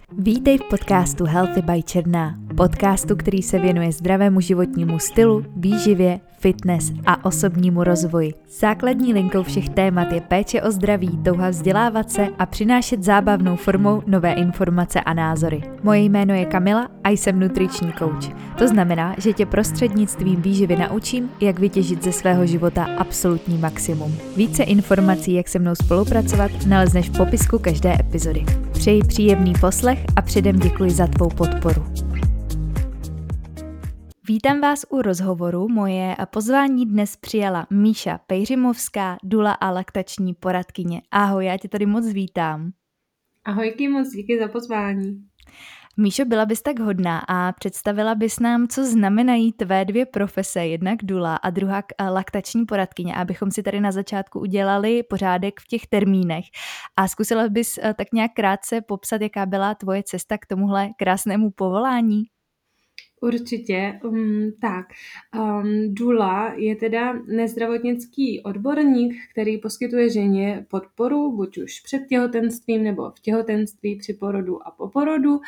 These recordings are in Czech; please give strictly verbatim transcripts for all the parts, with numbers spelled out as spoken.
Vítej v podcastu Healthy by Černá, podcastu, který se věnuje zdravému životnímu stylu, výživě, fitness a osobnímu rozvoji. Základní linkou všech témat je péče o zdraví, touha vzdělávat se a přinášet zábavnou formou nové informace a názory. Moje jméno je Kamila a jsem nutriční coach. To znamená, že tě prostřednictvím výživy naučím, jak vytěžit ze svého života absolutní maximum. Více informací, jak se mnou spolupracovat, nalezneš v popisku každé epizody. Přeji příjemný poslech a předem děkuji za tvou podporu. Vítám vás u rozhovoru. Moje pozvání dnes přijala Míša Pejřimovská, dula a laktační poradkyně. Ahoj, já tě tady moc vítám. Ahojky, moc díky za pozvání. Míšo, byla bys tak hodná a představila bys nám, co znamenají tvé dvě profese, jednak dula a druhá laktační poradkyně, abychom si tady na začátku udělali pořádek v těch termínech. A zkusila bys tak nějak krátce popsat, jaká byla tvoje cesta k tomuhle krásnému povolání? Určitě, um, tak. Um, dula je teda nezdravotnický odborník, který poskytuje ženě podporu, buď už před těhotenstvím nebo v těhotenství, při porodu a po porodu.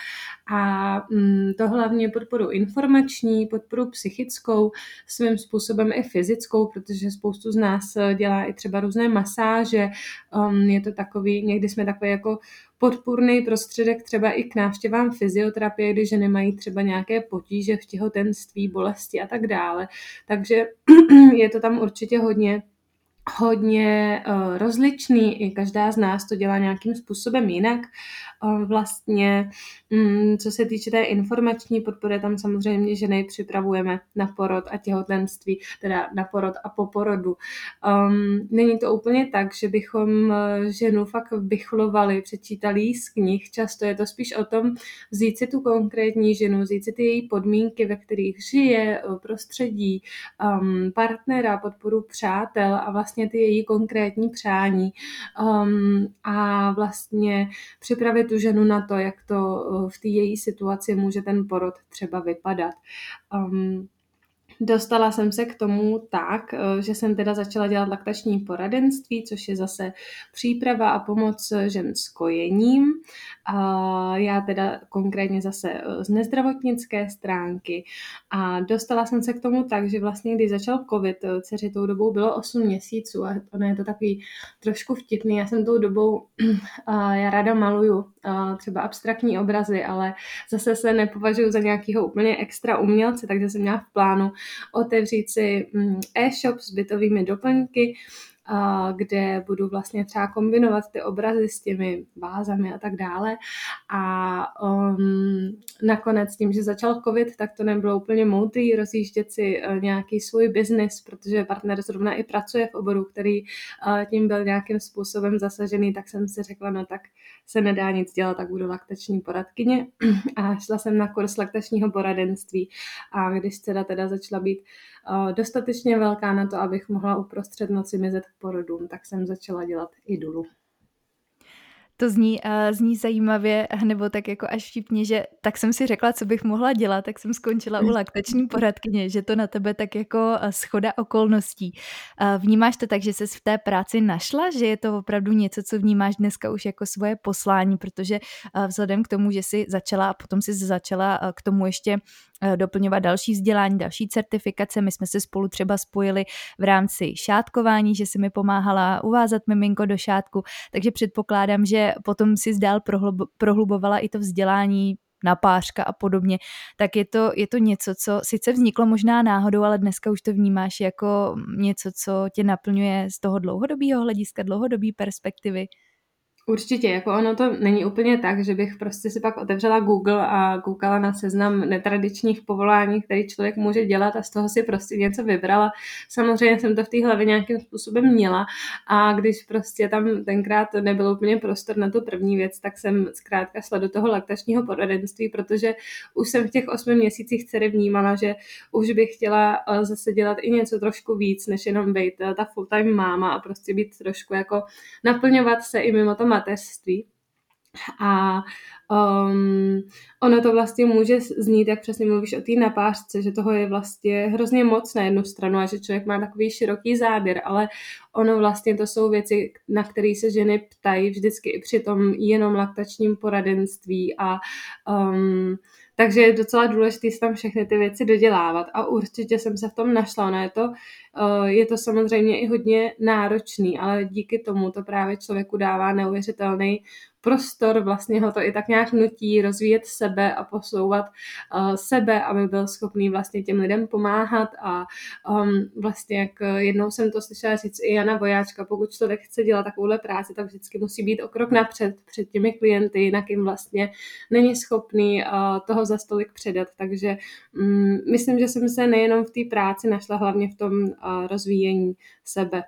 A um, to hlavně podporu informační, podporu psychickou, svým způsobem i fyzickou, protože spoustu z nás dělá i třeba různé masáže. Um, je to takový, někdy jsme takový jako podpůrný prostředek třeba i k návštěvám fyzioterapie, když ženy mají třeba nějaké potíže v těhotenství, bolesti a tak dále. Takže je to tam určitě hodně hodně uh, rozličný, i každá z nás to dělá nějakým způsobem jinak. Uh, vlastně, um, co se týče té informační podpory, tam samozřejmě ženy připravujeme na porod a těhotenství, teda na porod a po porodu. Um, není to úplně tak, že bychom ženu fakt vychlovali, přečítali jí z knih. Často je to spíš o tom vzít si tu konkrétní ženu, vzít si ty její podmínky, ve kterých žije, prostředí, um, partnera, podporu přátel a vlastně ty její konkrétní přání um, a vlastně připravit tu ženu na to, jak to v té její situaci může ten porod třeba vypadat. Um, Dostala jsem se k tomu tak, že jsem teda začala dělat laktační poradenství, což je zase příprava a pomoc žen s kojením. A já teda konkrétně zase z nezdravotnické stránky. A dostala jsem se k tomu tak, že vlastně když začal covid, dceři tou dobou bylo osm měsíců a ono je to takový trošku vtipný. Já jsem tou dobou, já ráda maluju třeba abstraktní obrazy, ale zase se nepovažuji za nějakého úplně extra umělce, takže jsem měla v plánu otevřít si e-shop s bytovými doplňky, kde budu vlastně třeba kombinovat ty obrazy s těmi vázami a tak dále. A um, nakonec tím, že začal covid, tak to nebylo úplně moudrý rozjíždět si uh, nějaký svůj biznis, protože partner zrovna i pracuje v oboru, který uh, tím byl nějakým způsobem zasažený, tak jsem si řekla, no tak se nedá nic dělat, tak budu laktační poradkyně. A šla jsem na kurz laktačního poradenství a když teda teda začala být uh, dostatečně velká na to, abych mohla uprostřed noci mizet k porodům, tak jsem začala dělat i dulu. To zní, uh, zní zajímavě, nebo tak jako až vtipně, že tak jsem si řekla, co bych mohla dělat, tak jsem skončila u laktační poradkyně, že to na tebe tak jako shoda okolností. Uh, vnímáš to tak, že jsi v té práci našla, že je to opravdu něco, co vnímáš dneska už jako svoje poslání, protože uh, vzhledem k tomu, že jsi začala a potom jsi začala uh, k tomu ještě uh, doplňovat další vzdělání, další certifikace, my jsme se spolu třeba spojili v rámci šátkování, že jsi mi pomáhala uvázat miminko do šátku, takže předpokládám, že potom si zdál prohlubovala i to vzdělání na pářka a podobně, tak je to, je to něco, co sice vzniklo možná náhodou, ale dneska už to vnímáš jako něco, co tě naplňuje z toho dlouhodobého hlediska, dlouhodobé perspektivy. Určitě, jako ono to není úplně tak, že bych prostě si pak otevřela Google a koukala na seznam netradičních povolání, který člověk může dělat a z toho si prostě něco vybrala. Samozřejmě jsem to v té hlavě nějakým způsobem měla a když prostě tam tenkrát nebyl úplně prostor na tu první věc, tak jsem zkrátka šla do toho laktačního poradenství, protože už jsem v těch osmi měsících dcery vnímala, že už bych chtěla zase dělat i něco trošku víc, než jenom být ta full-time máma a prostě být trošku jako naplňovat se i mimo to mateřství. A um, ono to vlastně může znít, jak přesně mluvíš o té napářce, že toho je vlastně hrozně moc na jednu stranu a že člověk má takový široký záběr, ale ono vlastně to jsou věci, na které se ženy ptají vždycky i při tom jenom laktačním poradenství a um, takže je docela důležité si tam všechny ty věci dodělávat a určitě jsem se v tom našla. Ono je to, uh, je to samozřejmě i hodně náročný, ale díky tomu to právě člověku dává neuvěřitelný prostor, vlastně ho to i tak nějak nutí rozvíjet sebe a posouvat uh, sebe, aby byl schopný vlastně těm lidem pomáhat a um, vlastně jak jednou jsem to slyšela říct i Jana Vojáčka, pokud člověk chce dělat takovouhle práci, tak vždycky musí být o krok napřed před těmi klienty, jinak jim vlastně není schopný uh, toho za stolik předat, takže um, myslím, že jsem se nejenom v té práci našla, hlavně v tom uh, rozvíjení sebe.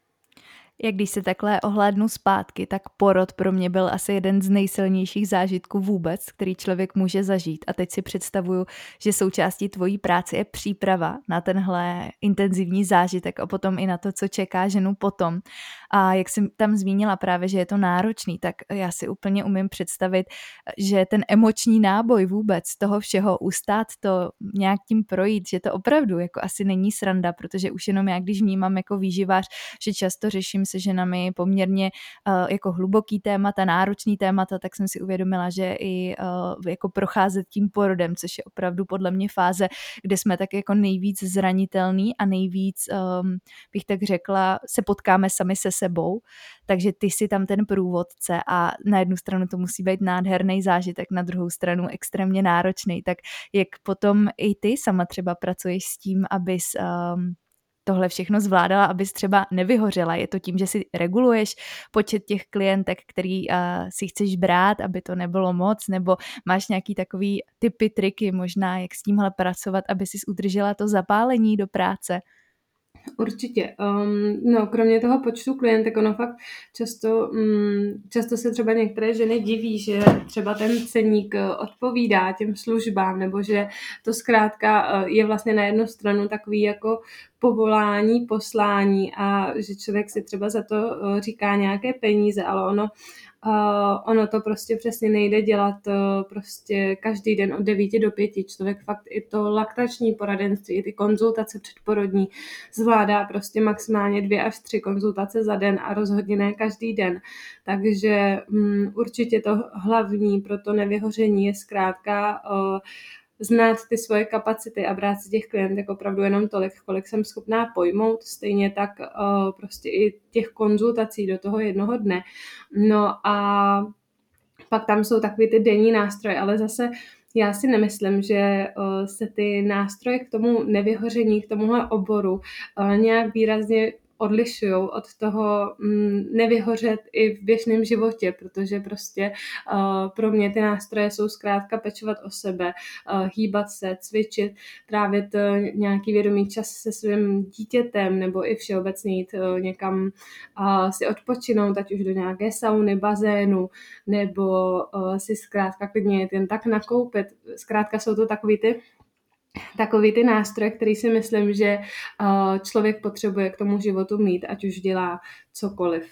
Jak když se takhle ohlédnu zpátky, tak porod pro mě byl asi jeden z nejsilnějších zážitků vůbec, který člověk může zažít. A teď si představuju, že součástí tvojí práce je příprava na tenhle intenzivní zážitek a potom i na to, co čeká ženu potom. A jak jsem tam zmínila právě, že je to náročný, tak já si úplně umím představit, že ten emoční náboj vůbec toho všeho, ustát to, nějak tím projít, že to opravdu jako asi není sranda, protože už jenom já, když vnímám jako výživář, že často řeším se ženami poměrně uh, jako hluboký témata, náročný témata, tak jsem si uvědomila, že i uh, jako procházet tím porodem, což je opravdu podle mě fáze, kde jsme tak jako nejvíc zranitelný a nejvíc, um, bych tak řekla, se potkáme sami se sebou, takže ty si tam ten průvodce a na jednu stranu to musí být nádherný zážitek, na druhou stranu extrémně náročný, tak jak potom i ty sama třeba pracuješ s tím, abys um, tohle všechno zvládala, abys třeba nevyhořela. Je to tím, že si reguluješ počet těch klientek, který uh, si chceš brát, aby to nebylo moc, nebo máš nějaký takový tipy, triky možná, jak s tímhle pracovat, aby si udržela to zapálení do práce? Určitě. Um, no, kromě toho počtu klientek, ono fakt často, um, často se třeba některé ženy diví, že třeba ten ceník odpovídá těm službám, nebo že to zkrátka je vlastně na jednu stranu takový jako povolání, poslání a že člověk si třeba za to říká nějaké peníze, ale ono Uh, ono to prostě přesně nejde dělat uh, prostě každý den od devíti do pěti. Člověk fakt i to laktační poradenství, i ty konzultace předporodní zvládá prostě maximálně dvě až tři konzultace za den a rozhodně ne každý den. Takže um, určitě to hlavní pro to nevyhoření je zkrátka uh, znát ty svoje kapacity a brát si těch klientek opravdu jenom tolik, kolik jsem schopná pojmout, stejně tak uh, prostě i těch konzultací do toho jednoho dne. No a pak tam jsou takový ty denní nástroje, ale zase já si nemyslím, že uh, se ty nástroje k tomu nevyhoření, k tomuhle oboru uh, nějak výrazně odlišují od toho mm, nevyhořet i v běžném životě, protože prostě uh, pro mě ty nástroje jsou zkrátka pečovat o sebe, uh, hýbat se, cvičit, trávit uh, nějaký vědomý čas se svým dítětem nebo i všeobecně jít uh, někam uh, si odpočinout, ať už do nějaké sauny, bazénu, nebo uh, si zkrátka klidně jet jen tak nakoupit. Zkrátka jsou to takový ty takový ty nástroje, který si myslím, že uh, člověk potřebuje k tomu životu mít, ať už dělá cokoliv.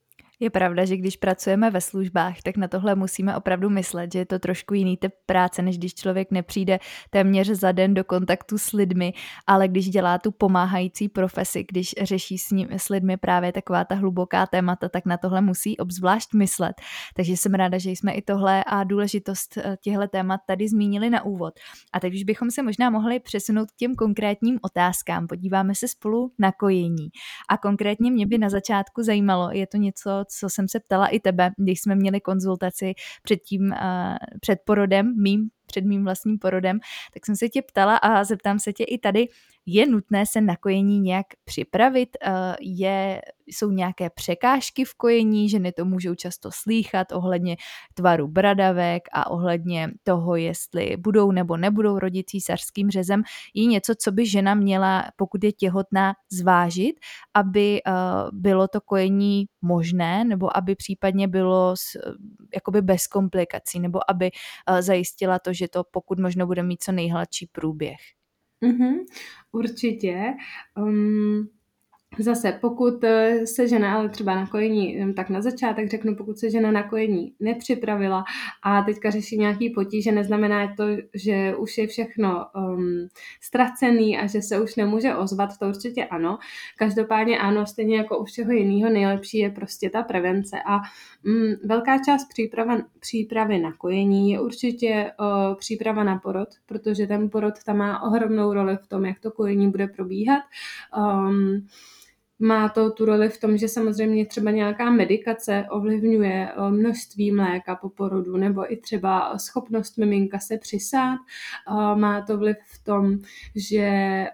Je pravda, že když pracujeme ve službách, tak na tohle musíme opravdu myslet, že je to trošku jiný typ práce, než když člověk nepřijde téměř za den do kontaktu s lidmi, ale když dělá tu pomáhající profesi, když řeší s, ním, s lidmi právě taková ta hluboká témata, tak na tohle musí obzvlášť myslet. Takže jsem ráda, že jsme i tohle a důležitost těchto témat tady zmínili na úvod. A teď už bychom se možná mohli přesunout k těm konkrétním otázkám. Podíváme se spolu na kojení. A konkrétně mě by na začátku zajímalo, je to něco, co jsem se ptala i tebe, když jsme měli konzultaci před tím, uh, před porodem, mým, před mým vlastním porodem, tak jsem se tě ptala a zeptám se tě i tady, je nutné se na kojení nějak připravit? Uh, je, jsou nějaké překážky v kojení, ženy to můžou často slýchat ohledně tvaru bradavek a ohledně toho, jestli budou nebo nebudou rodit císařským řezem. Je něco, co by žena měla, pokud je těhotná, zvážit, aby uh, bylo to kojení možné, nebo aby případně bylo s, jakoby bez komplikací, nebo aby uh, zajistila to, že to pokud možno bude mít co nejhladší průběh. Mm-hmm, určitě. Um, Zase, pokud se žena ale třeba na kojení, tak na začátek řeknu, pokud se žena na kojení nepřipravila a teďka řeší nějaký potíže, neznamená to, že už je všechno um, ztracený a že se už nemůže ozvat, to určitě ano. Každopádně ano, stejně jako u všeho jiného, nejlepší je prostě ta prevence a um, velká část příprava, přípravy na kojení je určitě uh, příprava na porod, protože ten porod tam má ohromnou roli v tom, jak to kojení bude probíhat. Um, Má to tu roli v tom, že samozřejmě třeba nějaká medikace ovlivňuje množství mléka po porodu nebo i třeba schopnost miminka se přisát. Má to vliv v tom, že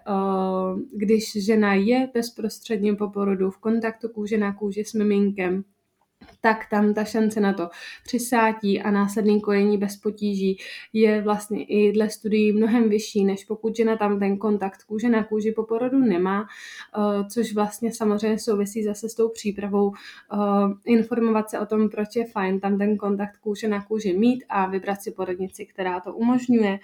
když žena je bezprostředně po porodu v kontaktu kůže na kůži s miminkem, tak tam ta šance na to přisátí a následný kojení bez potíží je vlastně i dle studií mnohem vyšší, než pokud žena tam ten kontakt kůže na kůži po porodu nemá, což vlastně samozřejmě souvisí zase s tou přípravou. Informovat se o tom, proč je fajn tam ten kontakt kůže na kůži mít a vybrat si porodnici, která to umožňuje.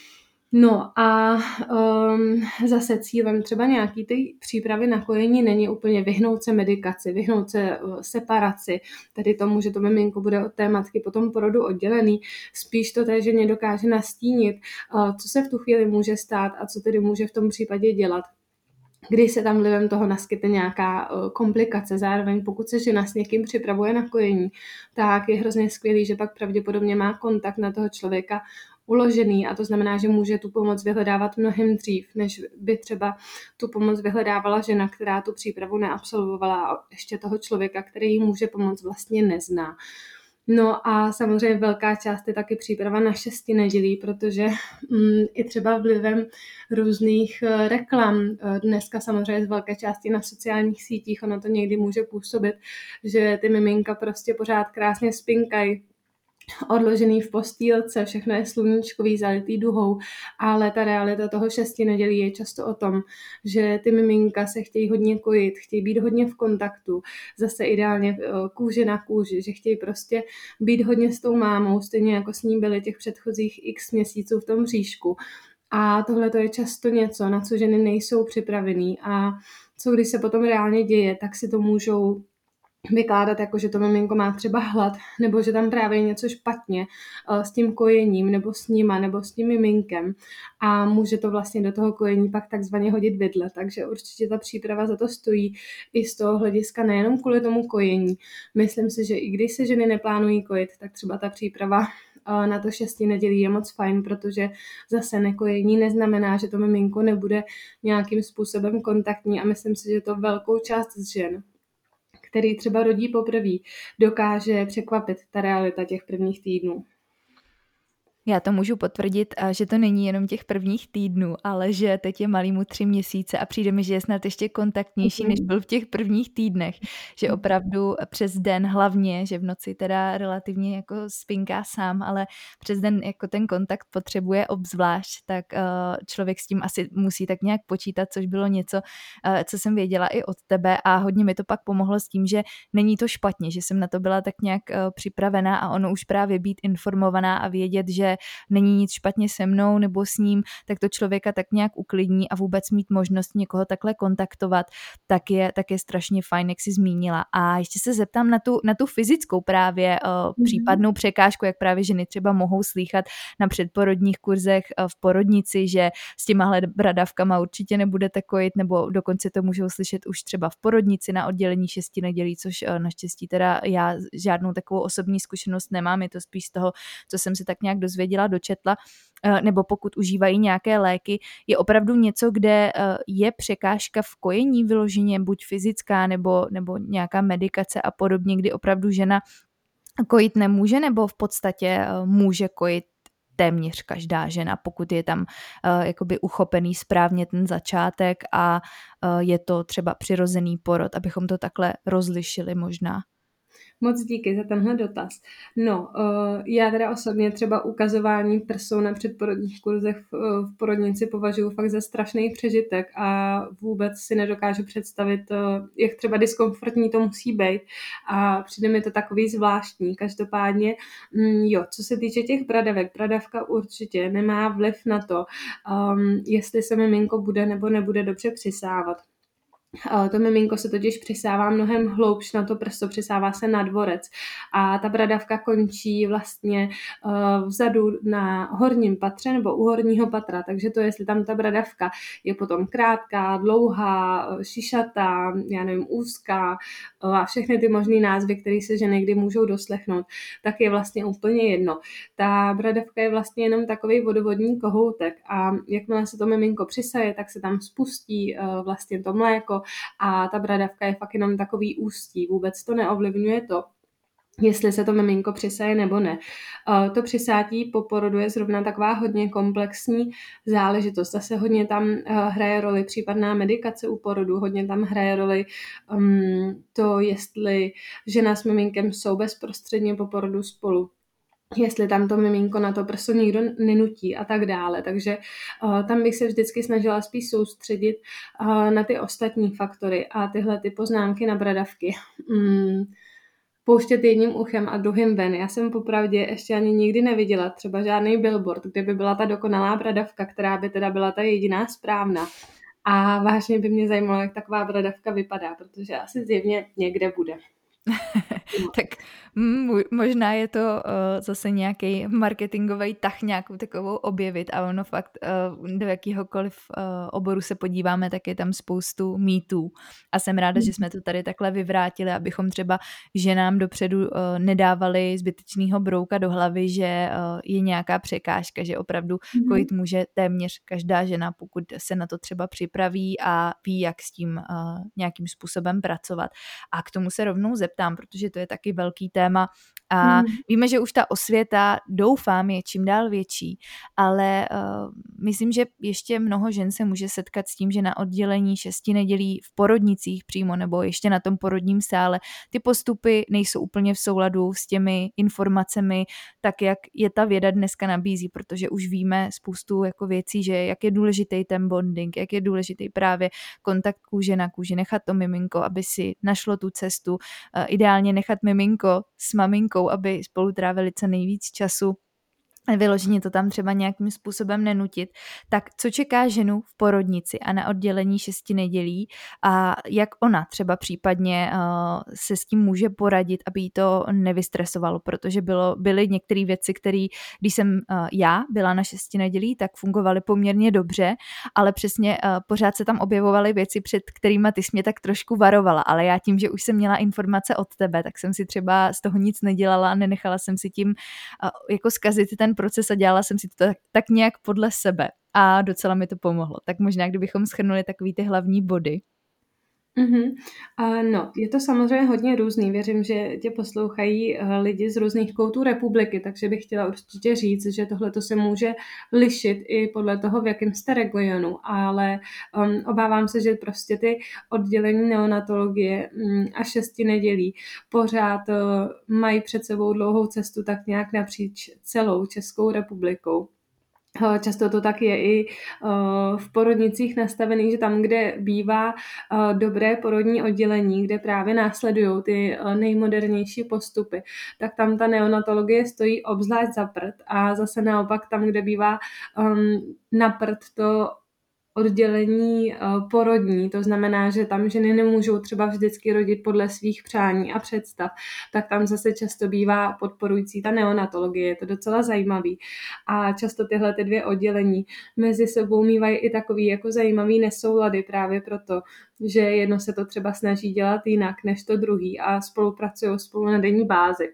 No a um, zase cílem třeba nějaký ty přípravy na kojení není úplně vyhnout se medikaci, vyhnout se uh, separaci, tedy tomu, že to miminko bude od té matky po tom porodu oddělený. Spíš to té ženě dokáže nastínit, uh, co se v tu chvíli může stát a co tedy může v tom případě dělat, když se tam vlivem toho naskytne nějaká uh, komplikace. Zároveň pokud se žena s někým připravuje na kojení, tak je hrozně skvělý, že pak pravděpodobně má kontakt na toho člověka uložený a to znamená, že může tu pomoc vyhledávat mnohem dřív, než by třeba tu pomoc vyhledávala žena, která tu přípravu neabsolvovala a ještě toho člověka, který jí může pomoct, vlastně nezná. No a samozřejmě velká část je taky příprava na šesti nedělí, protože mm, i třeba vlivem různých uh, reklam, uh, dneska samozřejmě z velké části na sociálních sítích, ono to někdy může působit, že ty miminka prostě pořád krásně spinkají, odložený v postýlce, všechno je sluníčkový, zalitý duhou, ale ta realita toho šesti nedělí je často o tom, že ty miminka se chtějí hodně kojit, chtějí být hodně v kontaktu, zase ideálně kůže na kůži, že chtějí prostě být hodně s tou mámou, stejně jako s ní byli těch předchozích x měsíců v tom bříšku. A tohle to je často něco, na co ženy nejsou připravený a co když se potom reálně děje, tak si to můžou vykládat jako, že to miminko má třeba hlad, nebo že tam právě je něco špatně uh, s tím kojením, nebo s nima, nebo s tím miminkem a může to vlastně do toho kojení pak takzvaně hodit vidle, takže určitě ta příprava za to stojí i z toho hlediska nejenom kvůli tomu kojení. Myslím si, že i když se ženy neplánují kojit, tak třeba ta příprava uh, na to šesti nedělí je moc fajn, protože zase nekojení neznamená, že to miminko nebude nějakým způsobem kontaktní a myslím si, že to velkou část z žen, který třeba rodí poprvé, dokáže překvapit ta realita těch prvních týdnů. Já to můžu potvrdit, že to není jenom těch prvních týdnů, ale že teď je malýmu tři měsíce a přijde mi, že je snad ještě kontaktnější, než byl v těch prvních týdnech. Že opravdu přes den hlavně, že v noci teda relativně jako spinká sám, ale přes den jako ten kontakt potřebuje obzvlášť, tak člověk s tím asi musí tak nějak počítat, což bylo něco, co jsem věděla i od tebe a hodně mi to pak pomohlo s tím, že není to špatně, že jsem na to byla tak nějak připravená a ono už právě být informovaná a vědět, že není nic špatně se mnou nebo s ním, tak to člověka tak nějak uklidní a vůbec mít možnost někoho takhle kontaktovat, tak je, tak je strašně fajn, jak jsi zmínila. A ještě se zeptám na tu, na tu fyzickou právě uh, mm-hmm. případnou překážku, jak právě ženy třeba mohou slýchat na předporodních kurzech uh, v porodnici, že s těmahle bradavkama určitě nebudete kojit, nebo dokonce to můžou slyšet už třeba v porodnici na oddělení šesti nedělí, což uh, naštěstí teda já žádnou takovou osobní zkušenost nemám, je to spíš z toho, co jsem si tak nějak dozvěděla, dočetla, nebo pokud užívají nějaké léky, je opravdu něco, kde je překážka v kojení vyloženě, buď fyzická nebo, nebo nějaká medikace a podobně, kdy opravdu žena kojit nemůže, nebo v podstatě může kojit téměř každá žena, pokud je tam uh, jakoby uchopený správně ten začátek a uh, je to třeba přirozený porod, abychom to takhle rozlišili možná. Moc díky za tenhle dotaz. No, uh, já teda osobně třeba ukazování prsou na předporodních kurzech v, uh, v porodnici považuji fakt za strašný přežitek a vůbec si nedokážu představit, uh, jak třeba diskomfortní to musí být a přijde mi to takový zvláštní. Každopádně, mm, jo, co se týče těch bradavek, bradavka určitě nemá vliv na to, um, jestli se miminko bude nebo nebude dobře přisávat. To miminko se totiž přisává mnohem hloubš na to prso, přisává se na dvorec a ta bradavka končí vlastně vzadu na horním patře nebo u horního patra, takže to, jestli tam ta bradavka je potom krátká, dlouhá, šišatá, já nevím, úzká a všechny ty možný názvy, které se že někdy můžou doslechnout, tak je vlastně úplně jedno. Ta bradavka je vlastně jenom takový vodovodní kohoutek a jakmile se to miminko přisaje, tak se tam spustí vlastně to mléko a ta bradavka je fakt jenom takový ústí. Vůbec to neovlivňuje to, jestli se to miminko přisaje nebo ne. To přisátí po porodu je zrovna taková hodně komplexní záležitost. Zase hodně tam hraje roli případná medikace u porodu, hodně tam hraje roli um, to, jestli žena s miminkem jsou bezprostředně po porodu spolu, jestli tam to miminko na to prso nikdo nenutí a tak dále. Takže uh, tam bych se vždycky snažila spíš soustředit uh, na ty ostatní faktory a tyhle ty poznámky na bradavky. Mm, pouštět jedním uchem a druhým ven. Já jsem popravdě ještě ani nikdy neviděla třeba žádný billboard, kde by byla ta dokonalá bradavka, která by teda byla ta jediná správná. A vážně by mě zajímalo, jak taková bradavka vypadá, protože asi zjevně někde bude. Tak m- možná je to uh, zase nějaký marketingový tah nějakou takovou objevit a ono fakt uh, do jakýhokoliv uh, oboru se podíváme, tak je tam spoustu mýtů a jsem ráda, že jsme to tady takhle vyvrátili, abychom třeba ženám dopředu uh, nedávali zbytečného brouka do hlavy, že uh, je nějaká překážka, že opravdu mm-hmm. kojit může téměř každá žena, pokud se na to třeba připraví a ví, jak s tím uh, nějakým způsobem pracovat. A k tomu se rovnou zeptám, protože to je taky velký téma a hmm. víme, že už ta osvěta, doufám, je čím dál větší, ale uh, myslím, že ještě mnoho žen se může setkat s tím, že na oddělení šesti nedělí v porodnicích přímo nebo ještě na tom porodním sále ty postupy nejsou úplně v souladu s těmi informacemi, tak jak je ta věda dneska nabízí, protože už víme spoustu jako věcí, že jak je důležitý ten bonding, jak je důležitý právě kontakt kůže na kůži, nechat to miminko, aby si našlo tu cestu, uh, ideálně nechat miminko s maminkou, aby spolu trávili co nejvíc času, vyloženě to tam třeba nějakým způsobem nenutit, tak co čeká ženu v porodnici a na oddělení šesti nedělí a jak ona třeba případně uh, se s tím může poradit, aby jí to nevystresovalo, protože bylo, byly některé věci, které, když jsem uh, já byla na šesti nedělí, tak fungovaly poměrně dobře, ale přesně uh, pořád se tam objevovaly věci, před kterými ty jsi mě tak trošku varovala, ale já tím, že už jsem měla informace od tebe, tak jsem si třeba z toho nic nedělala a nenechala jsem si tím uh, jako zkazit ten proces a dělala jsem si to tak, tak nějak podle sebe a docela mi to pomohlo. Tak možná, kdybychom shrnuli takový ty hlavní body. Mm-hmm. Uh, no, je to samozřejmě hodně různý. Věřím, že tě poslouchají uh, lidi z různých koutů republiky, takže bych chtěla určitě říct, že tohle se může lišit i podle toho, v jakém jste regionu, ale um, obávám se, že prostě ty oddělení neonatologie um, a šesti nedělí pořád uh, mají před sebou dlouhou cestu tak nějak napříč celou Českou republikou. Často to tak je i v porodnicích nastavený, že tam, kde bývá dobré porodní oddělení, kde právě následují ty nejmodernější postupy, tak tam ta neonatologie stojí obzvlášť za prd a zase naopak tam, kde bývá na prd to oddělení porodní, to znamená, že tam ženy nemůžou třeba vždycky rodit podle svých přání a představ, tak tam zase často bývá podporující ta neonatologie, je to docela zajímavý. A často tyhle ty dvě oddělení mezi sebou mývají i takový jako zajímavý nesoulady právě proto, že jedno se to třeba snaží dělat jinak než to druhý a spolupracují spolu na denní bázi.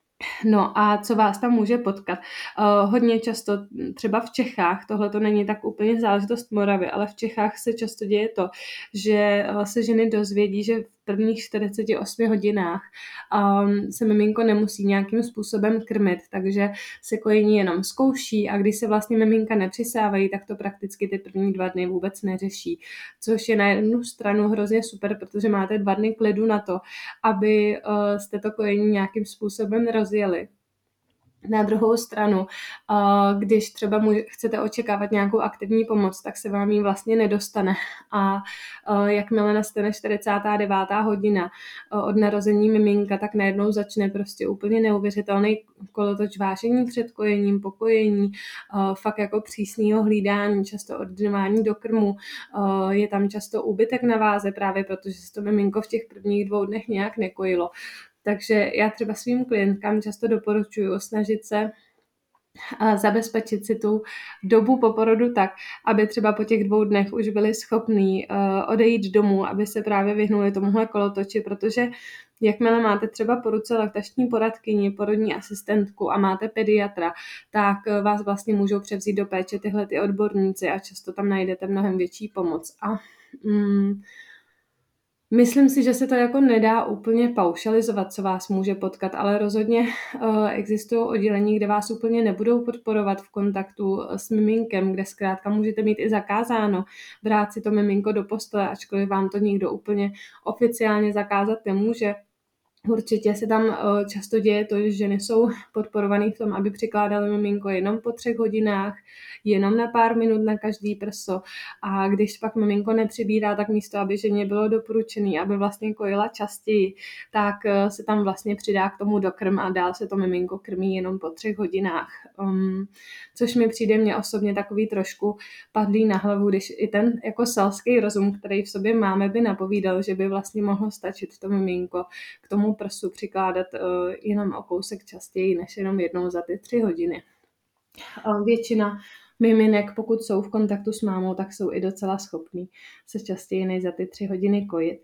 No a co vás tam může potkat? Uh, hodně často, třeba v Čechách, tohle to není tak úplně záležitost Moravy, ale v Čechách se často děje to, že se ženy dozvědí, že v prvních čtyřiceti osmi hodinách um, se miminko nemusí nějakým způsobem krmit, takže se kojení jenom zkouší a když se vlastně miminka nepřisávají, tak to prakticky ty první dva dny vůbec neřeší, což je na jednu stranu hrozně super, protože máte dva dny klidu na to, aby uh, jste to kojení nějakým způsobem rozjeli. Na druhou stranu, když třeba chcete očekávat nějakou aktivní pomoc, tak se vám ji vlastně nedostane. A jakmile nastane čtyřicátá devátá hodina od narození miminka, tak najednou začne prostě úplně neuvěřitelný kolotoč vážení před kojením, pokojení, fakt jako přísného hlídání, často ordinování do krmu. Je tam často úbytek na váze, právě protože se to miminko v těch prvních dvou dnech nějak nekojilo. Takže já třeba svým klientkám často doporučuji snažit se zabezpečit si tu dobu po porodu tak, aby třeba po těch dvou dnech už byli schopní odejít domů, aby se právě vyhnuli tomuhle kolotoči, protože jakmile máte třeba po ruce laktační poradkyni, porodní asistentku a máte pediatra, tak vás vlastně můžou převzít do péče tyhle ty odborníci a často tam najdete mnohem větší pomoc. A mm, myslím si, že se to jako nedá úplně paušalizovat, co vás může potkat, ale rozhodně uh, existují oddělení, kde vás úplně nebudou podporovat v kontaktu s miminkem, kde zkrátka můžete mít i zakázáno brát si to miminko do postele, ačkoliv vám to nikdo úplně oficiálně zakázat nemůže. Určitě se tam často děje to, že ženy jsou podporované v tom, aby přikládaly miminko jenom po třech hodinách, jenom na pár minut na každý prso. A když pak miminko nepřibírá, tak místo, aby ženě bylo doporučené, aby vlastně kojila častěji, tak se tam vlastně přidá k tomu dokrm a dál se to miminko krmí jenom po třech hodinách. Um, což mi přijde mě osobně takový trošku padlý na hlavu, když i ten jako selský rozum, který v sobě máme, by napovídal, že by vlastně mohlo stačit to miminko k tomu prsu přikládat uh, jenom o kousek častěji, než jenom jednou za ty tři hodiny. Uh, většina miminek, pokud jsou v kontaktu s mámou, tak jsou i docela schopní se častěji než za ty tři hodiny kojit.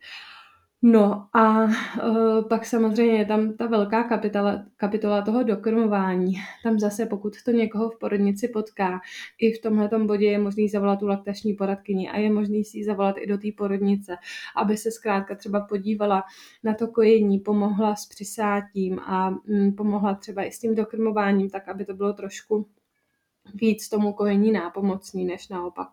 No a uh, pak samozřejmě je tam ta velká kapitola, kapitola toho dokrmování. Tam zase, pokud to někoho v porodnici potká, i v tomhletom bodě je možný zavolat tu laktační poradkyni a je možný si ji zavolat i do té porodnice, aby se zkrátka třeba podívala na to kojení, pomohla s přisátím a mm, pomohla třeba i s tím dokrmováním, tak aby to bylo trošku víc tomu kojení nápomocný, než naopak.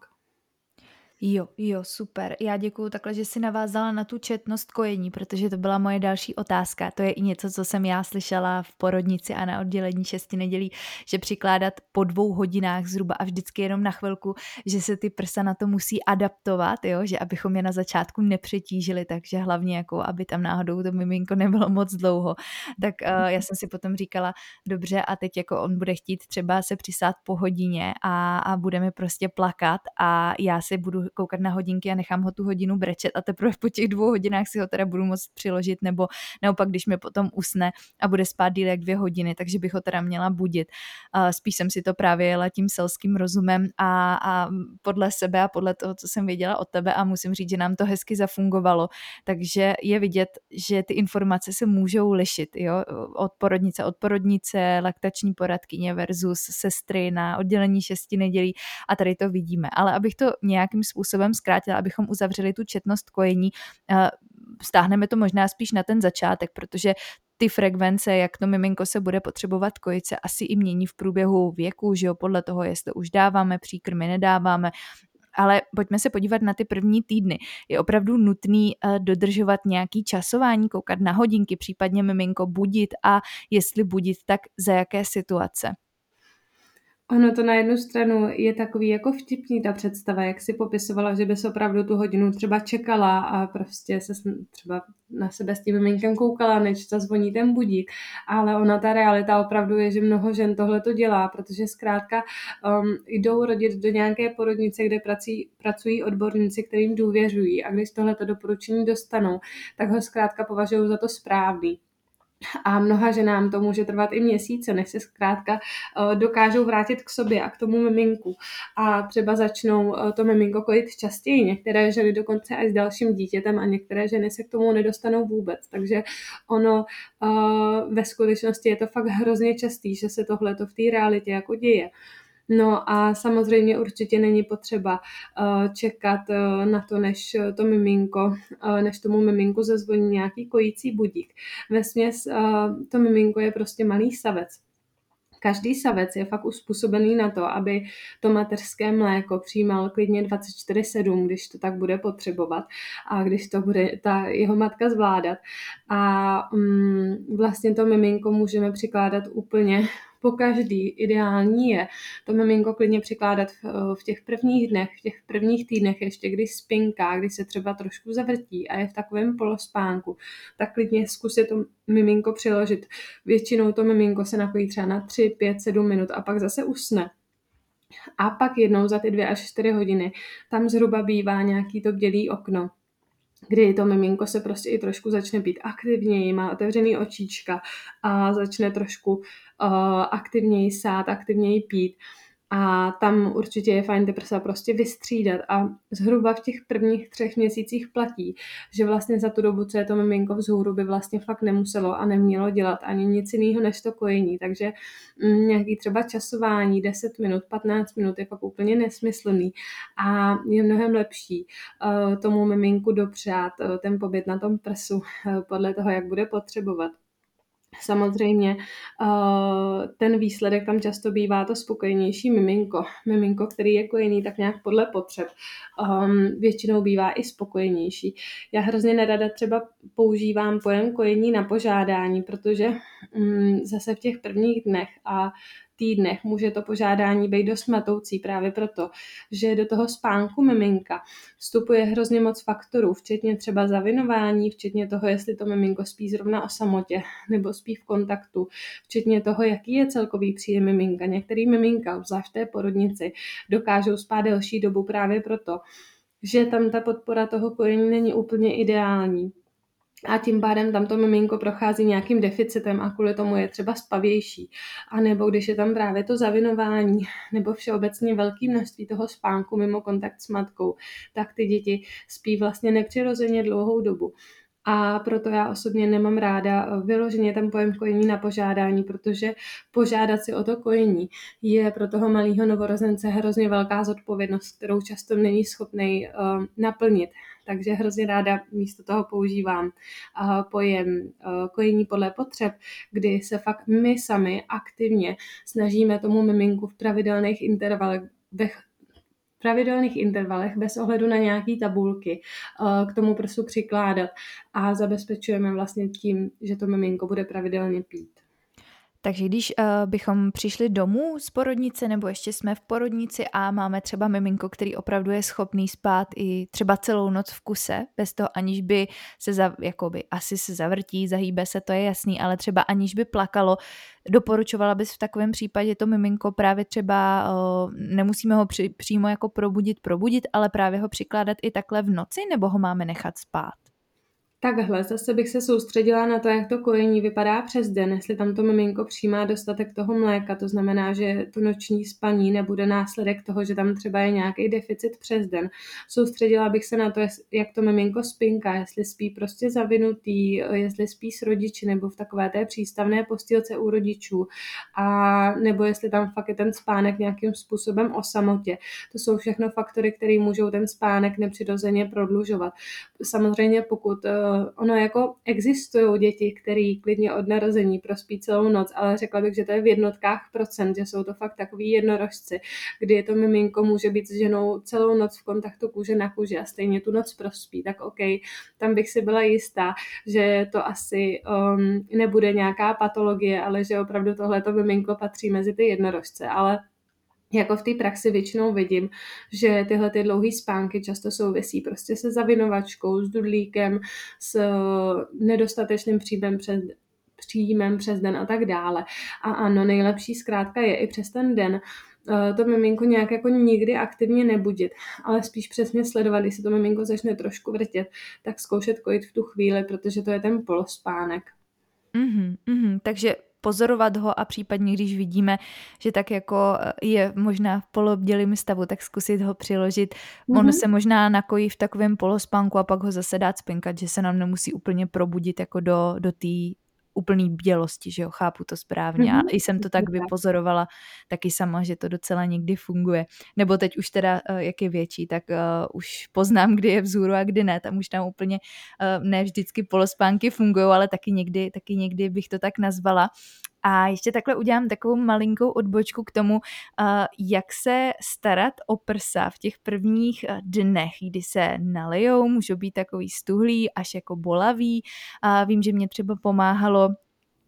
Jo, jo, super. Já děkuju takhle, že jsi navázala na tu četnost kojení, protože to byla moje další otázka. To je i něco, co jsem já slyšela v porodnici a na oddělení šesti nedělí, že přikládat po dvou hodinách zhruba a vždycky jenom na chvilku, že se ty prsa na to musí adaptovat, jo, že abychom je na začátku nepřetížili, takže hlavně jako, aby tam náhodou to miminko nebylo moc dlouho. Tak uh, já jsem si potom říkala, dobře, a teď jako on bude chtít třeba se přisát po hodině a, a budeme prostě plakat a já si budu koukat na hodinky a nechám ho tu hodinu brečet a teprve po těch dvou hodinách si ho teda budu moct přiložit, nebo naopak, když mi potom usne a bude spát díl jak dvě hodiny, takže bych ho teda měla budit. Spíš jsem si to právě jela tím selským rozumem a, a podle sebe a podle toho, co jsem věděla od tebe a musím říct, že nám to hezky zafungovalo, takže je vidět, že ty informace se můžou lišit, jo? Od porodnice, od porodnice, laktační poradkyně versus sestry na oddělení šesti nedělí a tady to vidíme, ale abych to nějakým způsobem zkrátila, abychom uzavřeli tu četnost kojení, stáhneme to možná spíš na ten začátek, protože ty frekvence, jak to miminko se bude potřebovat kojit, se asi i mění v průběhu věku, že jo, podle toho, jestli už dáváme příkrmy, nedáváme, ale pojďme se podívat na ty první týdny. Je opravdu nutný dodržovat nějaký časování, koukat na hodinky, případně miminko budit a jestli budit, tak za jaké situace? Ono to na jednu stranu je takový jako vtipný ta představa, jak si popisovala, že bys opravdu tu hodinu třeba čekala a prostě se třeba na sebe s tím miminkem koukala, než zazvoní ten budík. Ale ona ta realita opravdu je, že mnoho žen tohle to dělá, protože zkrátka um, jdou rodit do nějaké porodnice, kde pracují, pracují odborníci, kterým důvěřují a když tohleto doporučení dostanou, tak ho zkrátka považují za to správný. A mnoha ženám to může trvat i měsíce, než se zkrátka dokážou vrátit k sobě a k tomu miminku. A třeba začnou to miminko kojit častěji. Některé ženy dokonce i s dalším dítětem a některé ženy se k tomu nedostanou vůbec. Takže ono ve skutečnosti je to fakt hrozně častý, že se tohleto v té realitě jako děje. No a samozřejmě určitě není potřeba uh, čekat uh, na to, než to miminko, uh, než tomu miminku zazvoní nějaký kojící budík. Vesměs uh, to miminko je prostě malý savec. Každý savec je fakt uspůsobený na to, aby to mateřské mléko přijímal klidně dvacet čtyři sedm, když to tak bude potřebovat a když to bude ta jeho matka zvládat. A um, vlastně to miminko můžeme přikládat úplně po každý ideální je to miminko klidně přikládat v, v těch prvních dnech, v těch prvních týdnech, ještě když spinká, když se třeba trošku zavrtí a je v takovém polospánku, tak klidně zkusit to miminko přiložit. Většinou to miminko se napojí třeba na tři, pět, sedm minut a pak zase usne. A pak jednou za ty dvě až čtyři hodiny tam zhruba bývá nějaký to bdělý okno, kdy to miminko se prostě i trošku začne být aktivněji, má otevřený očíčka a začne trošku uh, aktivněji sát, aktivněji pít. A tam určitě je fajn ty prsa prostě vystřídat a zhruba v těch prvních třech měsících platí, že vlastně za tu dobu, co je to miminko vzhůru, by vlastně fakt nemuselo a nemělo dělat ani nic jiného než to kojení. Takže mm, nějaký třeba časování deset minut, patnáct minut je fakt úplně nesmyslný a je mnohem lepší uh, tomu miminku dopřát uh, ten pobyt na tom prsu uh, podle toho, jak bude potřebovat. Samozřejmě ten výsledek tam často bývá to spokojenější miminko. Miminko, který je kojený tak nějak podle potřeb. Um, většinou bývá i spokojenější. Já hrozně nerada třeba používám pojem kojení na požádání, protože um, zase v těch prvních dnech a týdnech může to požádání být dost matoucí právě proto, že do toho spánku miminka vstupuje hrozně moc faktorů, včetně třeba zavinování, včetně toho, jestli to miminko spí zrovna o samotě nebo spí v kontaktu, včetně toho, jaký je celkový příjem miminka. Některý miminka, obzvlášť v té porodnici, dokážou spát delší dobu právě proto, že tam ta podpora toho kojení není úplně ideální. A tím pádem tam to miminko prochází nějakým deficitem a kvůli tomu je třeba spavější. A nebo když je tam právě to zavinování nebo všeobecně velké množství toho spánku mimo kontakt s matkou, tak ty děti spí vlastně nepřirozeně dlouhou dobu. A proto já osobně nemám ráda vyloženě ten pojem kojení na požádání, protože požádat si o to kojení je pro toho malého novorozence hrozně velká zodpovědnost, kterou často není schopný uh, naplnit. Takže hrozně ráda místo toho používám uh, pojem uh, kojení podle potřeb, kdy se fakt my sami aktivně snažíme tomu miminku v pravidelných intervalech pravidelných intervalech bez ohledu na nějaký tabulky k tomu prsu přikládat a zabezpečujeme vlastně tím, že to miminko bude pravidelně pít. Takže když uh, bychom přišli domů z porodnice nebo ještě jsme v porodnici a máme třeba miminko, který opravdu je schopný spát i třeba celou noc v kuse, bez toho aniž by se, za, jakoby, asi se zavrtí, zahýbe se, to je jasný, ale třeba aniž by plakalo, doporučovala bys v takovém případě to miminko právě třeba, uh, nemusíme ho při, přímo jako probudit, probudit, ale právě ho přikládat i takhle v noci, nebo ho máme nechat spát? Takhle, zase bych se soustředila na to, jak to kojení vypadá přes den, jestli tam to miminko přijímá dostatek toho mléka, to znamená, že to noční spaní nebude následek toho, že tam třeba je nějaký deficit přes den. Soustředila bych se na to, jak to miminko spinká, jestli spí prostě zavinutý, jestli spí s rodiči nebo v takové té přístavné postýlce u rodičů, a nebo jestli tam fakt je ten spánek nějakým způsobem o samotě. To jsou všechno faktory, které můžou ten spánek nepřirozeně prodlužovat. Samozřejmě pokud ono jako existují děti, které klidně od narození prospí celou noc, ale řekla bych, že to je v jednotkách procent, že jsou to fakt takový jednorožci, kdy je to miminko může být s ženou celou noc v kontaktu kůže na kůži a stejně tu noc prospí, tak OK, tam bych si byla jistá, že to asi um, nebude nějaká patologie, ale že opravdu tohleto miminko patří mezi ty jednorožce, ale jako v té praxi většinou vidím, že tyhle ty dlouhé spánky často souvisí prostě se zavinovačkou, s dudlíkem, s nedostatečným příjmem přes, příjmem přes den a tak dále. A ano, nejlepší zkrátka je i přes ten den to miminko nějak jako nikdy aktivně nebudit, ale spíš přesně sledovat, když se to miminko začne trošku vrtět, tak zkoušet kojit v tu chvíli, protože to je ten polospánek. Mm-hmm, mm-hmm, takže pozorovat ho a případně, když vidíme, že tak jako je možná v polobdělém stavu, tak zkusit ho přiložit. Mm-hmm. Ono se možná nakojí v takovém polospánku a pak ho zase dát spinkat, že se nám nemusí úplně probudit jako do, do té úplný bdělosti, že jo, chápu to správně. Mm-hmm. A jsem to tak vypozorovala taky sama, že to docela někdy funguje. Nebo teď už teda, jak je větší, tak uh, už poznám, kdy je vzhůru a kdy ne. Tam už tam úplně uh, ne vždycky polospánky fungují, ale taky někdy, taky někdy bych to tak nazvala. A ještě takhle udělám takovou malinkou odbočku k tomu, jak se starat o prsa v těch prvních dnech, kdy se nalijou, můžou být takový stuhlý až jako bolavý. A vím, že mě třeba pomáhalo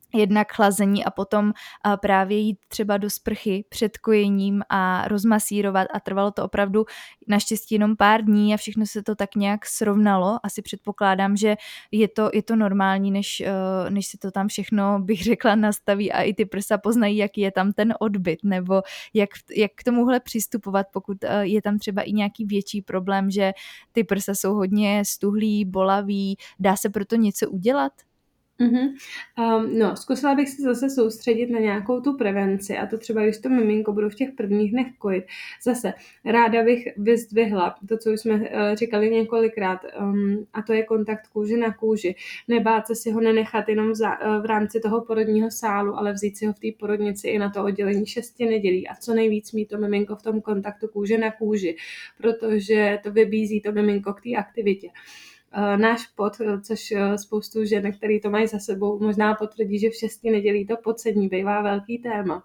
jednak chlazení a potom a právě jít třeba do sprchy před kojením a rozmasírovat a trvalo to opravdu naštěstí jenom pár dní a všechno se to tak nějak srovnalo. Asi předpokládám, že je to, je to normální, než, než se to tam všechno, bych řekla, nastaví a i ty prsa poznají, jaký je tam ten odbyt, nebo jak, jak k tomuhle přistupovat, pokud je tam třeba i nějaký větší problém, že ty prsa jsou hodně stuhlý, bolavý, dá se proto něco udělat? Mm-hmm. Um, no, zkusila bych se zase soustředit na nějakou tu prevenci a to třeba, když to miminko budu v těch prvních dnech kojit. Zase ráda bych vyzdvihla to, co už jsme uh, říkali několikrát, um, a to je kontakt kůže na kůži. Nebát se si ho nenechat jenom v, za, uh, v rámci toho porodního sálu, ale vzít si ho v té porodnici i na to oddělení šesti nedělí a co nejvíc mít to miminko v tom kontaktu kůže na kůži, protože to vybízí to miminko k té aktivitě. Náš pot, což spoustu žen, který to mají za sebou, možná potvrdí, že v šesti nedělí to pocení bývá velký téma.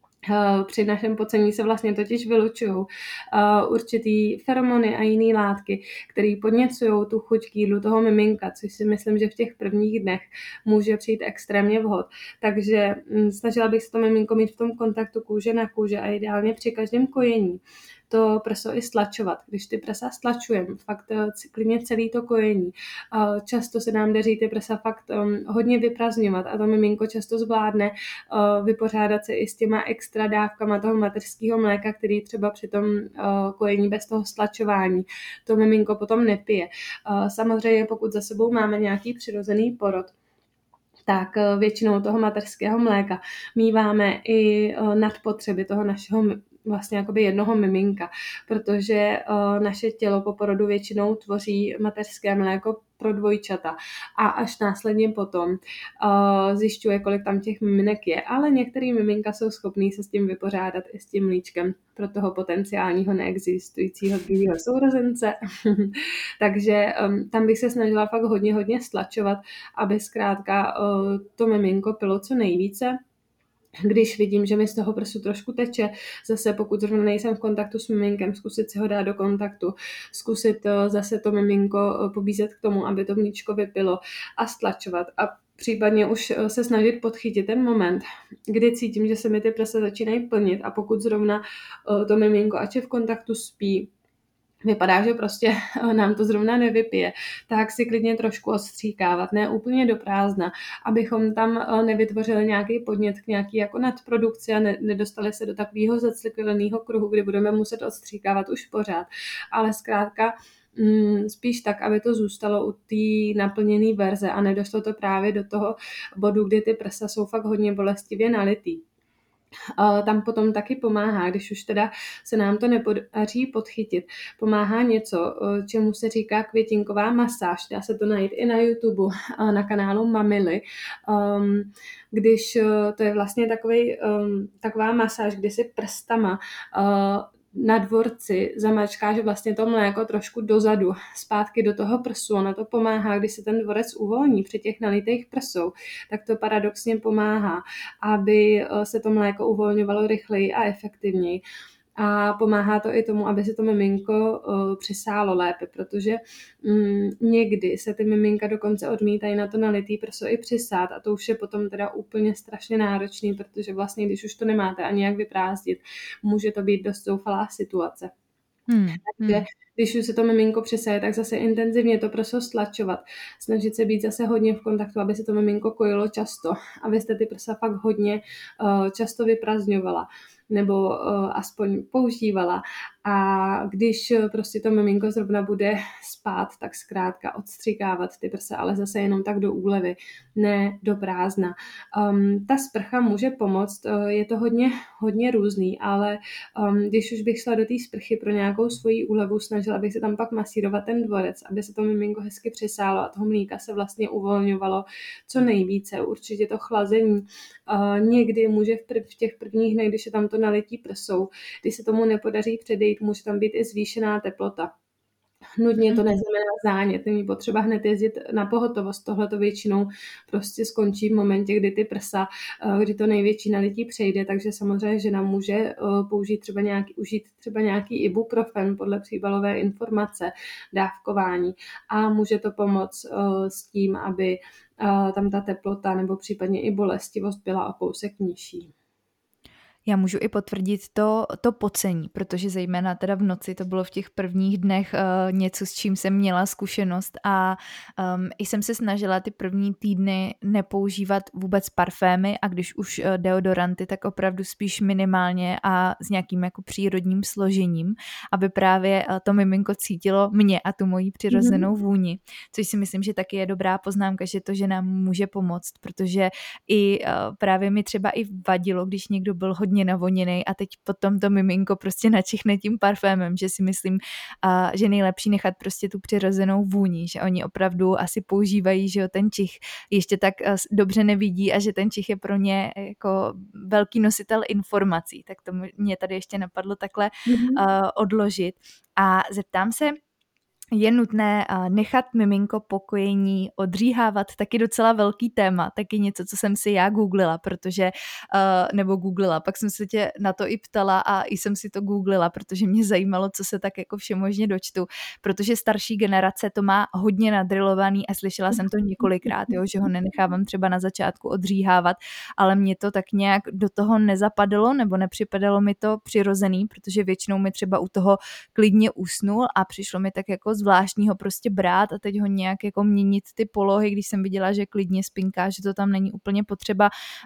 Při našem pocení se vlastně totiž vylučují určitý feromony a jiné látky, které podněcují tu chuť k jídlu toho miminka, což si myslím, že v těch prvních dnech může přijít extrémně vhod. Takže snažila bych se to miminko mít v tom kontaktu kůže na kůže a ideálně při každém kojení to prso i stlačovat. Když ty prsa stlačujeme, fakt klidně celý to kojení. Často se nám daří ty prsa fakt hodně vyprazňovat a to miminko často zvládne vypořádat se i s těma extra dávkama toho mateřského mléka, který třeba při tom kojení bez toho stlačování to miminko potom nepije. Samozřejmě pokud za sebou máme nějaký přirozený porod, tak většinou toho mateřského mléka míváme i nadpotřeby toho našeho vlastně jakoby jednoho miminka, protože uh, naše tělo po porodu většinou tvoří mateřské mléko pro dvojčata a až následně potom uh, zjišťuje, kolik tam těch miminek je, ale některý miminka jsou schopný se s tím vypořádat i s tím mlíčkem pro toho potenciálního neexistujícího druhého sourozence. Takže um, tam bych se snažila fakt hodně, hodně stlačovat, aby zkrátka uh, to miminko pilo co nejvíce. Když vidím, že mi z toho prsu trošku teče, zase pokud zrovna nejsem v kontaktu s miminkem, zkusit si ho dát do kontaktu, zkusit zase to miminko pobízet k tomu, aby to mlíčko vypilo a stlačovat a případně už se snažit podchytit ten moment, kdy cítím, že se mi ty prsa začínají plnit a pokud zrovna to miminko, ať je v kontaktu, spí, vypadá, že prostě nám to zrovna nevypije, tak si klidně trošku odstříkávat, ne úplně do prázdna, abychom tam nevytvořili nějaký podnět k nějaký jako nadprodukci a ne, nedostali se do takového zacykleného kruhu, kdy budeme muset odstříkávat už pořád. Ale zkrátka mm, spíš tak, aby to zůstalo u té naplněné verze a nedošlo to právě do toho bodu, kdy ty prsa jsou fakt hodně bolestivě nalitý. Tam potom taky pomáhá, když už teda se nám to nepodaří podchytit. Pomáhá něco, čemu se říká květinková masáž. Dá se to najít i na YouTube, na kanálu Mamily. Když to je vlastně takový, taková masáž, kdy si prstama na dvorci zamačkáš vlastně to mléko trošku dozadu, zpátky do toho prsu. Ono to pomáhá, když se ten dvorec uvolní při těch nalitých prsou, tak to paradoxně pomáhá, aby se to mléko uvolňovalo rychleji a efektivněji. A pomáhá to i tomu, aby se to miminko uh, přisálo lépe, protože um, někdy se ty miminka dokonce odmítají na to nalitý prso i přisát a to už je potom teda úplně strašně náročný, protože vlastně, když už to nemáte ani jak vyprázdnit, může to být dost zoufalá situace. Hmm. Takže hmm. když už se to miminko přisaje, tak zase intenzivně to prso stlačovat. Snažit se být zase hodně v kontaktu, aby se to miminko kojilo často, abyste ty prsa fakt hodně uh, často vyprazňovala nebo uh, aspoň používala. A když prostě to miminko zrovna bude spát, tak zkrátka odstřikávat ty prsa, ale zase jenom tak do úlevy, ne do prázdna. Um, ta sprcha může pomoct, uh, je to hodně, hodně různý, ale um, když už bych šla do té sprchy pro nějakou svoji úlevu, snažila bych se tam pak masírovat ten dvorec, aby se to miminko hezky přisálo a toho mlíka se vlastně uvolňovalo co nejvíce. Určitě to chlazení uh, někdy může v, prv, v těch prvních dnech, když je tam to nalití prsou, když se tomu nepodaří předejít, může tam být i zvýšená teplota. Nutně to Mhm. neznamená zánět, není potřeba hned jezdit na pohotovost. Tohle to většinou prostě skončí v momentě, kdy ty prsa, eh, kdy to největší nalití přejde, takže samozřejmě žena může eh, použít třeba nějaký, užít třeba nějaký ibuprofen podle příbalové informace, dávkování a může to pomoct eh, s tím, aby eh, tam ta teplota nebo případně i bolestivost byla o kousek nižší. Já můžu i potvrdit to to pocení, protože zejména teda v noci to bylo v těch prvních dnech, uh, něco, s čím jsem měla zkušenost a, um, i jsem se snažila ty první týdny nepoužívat vůbec parfémy a když už, uh, deodoranty, tak opravdu spíš minimálně a s nějakým jako přírodním složením, aby právě, uh, to miminko cítilo mě a tu moji Mhm. přirozenou vůni, což si myslím, že taky je dobrá poznámka, že to ženám může pomoct, protože i, uh, právě mi třeba i vadilo, když někdo byl hodně navoněnej a teď potom to miminko prostě načichne tím parfémem, že si myslím, uh, že nejlepší nechat prostě tu přirozenou vůni, že oni opravdu asi používají, že jo, ten čich ještě tak uh, dobře nevidí a že ten čich je pro ně jako velký nositel informací, tak to mě tady ještě napadlo takhle Mhm. uh, odložit a zeptám se, je nutné uh, nechat miminko po kojení odříhávat, taky docela velký téma, taky něco, co jsem si já googlila, protože, uh, nebo googlila, pak jsem se tě na to i ptala a i jsem si to googlila, protože mě zajímalo, co se tak jako všemožně dočtu, protože starší generace to má hodně nadrilovaný a slyšela jsem to několikrát, jo, že ho nenechávám třeba na začátku odříhávat, ale mě to tak nějak do toho nezapadlo, nebo nepřipadalo mi to přirozený, protože většinou mi třeba u toho klidně usnul a přišlo mi tak jako zvláštní ho prostě brát a teď ho nějak jako měnit ty polohy, když jsem viděla, že klidně spinká, že to tam není úplně potřeba,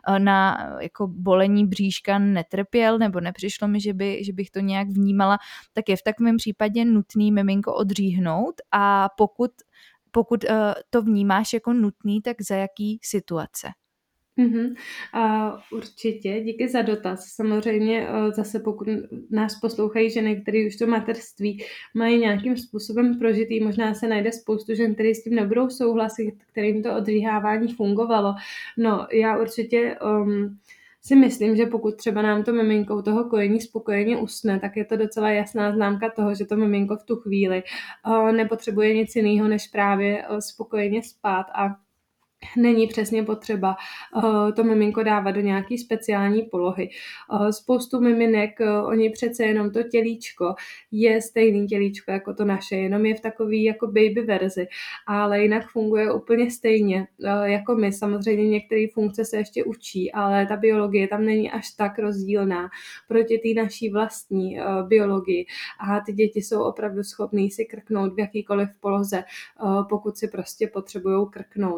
na jako bolení bříška netrpěl nebo nepřišlo mi, že, by, že bych to nějak vnímala, tak je v takovém případě nutný miminko odříhnout a pokud, pokud uh, to vnímáš jako nutný, tak za jaký situace? Mhm. A určitě, díky za dotaz. Samozřejmě eh, zase pokud nás poslouchají ženy, které už to mateřství mají nějakým způsobem prožitý, možná se najde spoustu žen, které s tím nebudou souhlasit, kterým to odříhávání fungovalo. No, já určitě um, si myslím, že pokud třeba nám to miminko u toho kojení spokojeně usne, tak je to docela jasná známka toho, že to miminko v tu chvíli uh, nepotřebuje nic jiného, než právě uh, spokojeně spát a není přesně potřeba uh, to miminko dávat do nějaký speciální polohy. Uh, spoustu miminek, uh, oni přece jenom to tělíčko je stejný tělíčko jako to naše, jenom je v takový jako baby verzi, ale jinak funguje úplně stejně uh, jako my. Samozřejmě některé funkce se ještě učí, ale ta biologie tam není až tak rozdílná proti té naší vlastní uh, biologii a ty děti jsou opravdu schopný si krknout v jakýkoliv poloze, uh, pokud si prostě potřebujou krknout.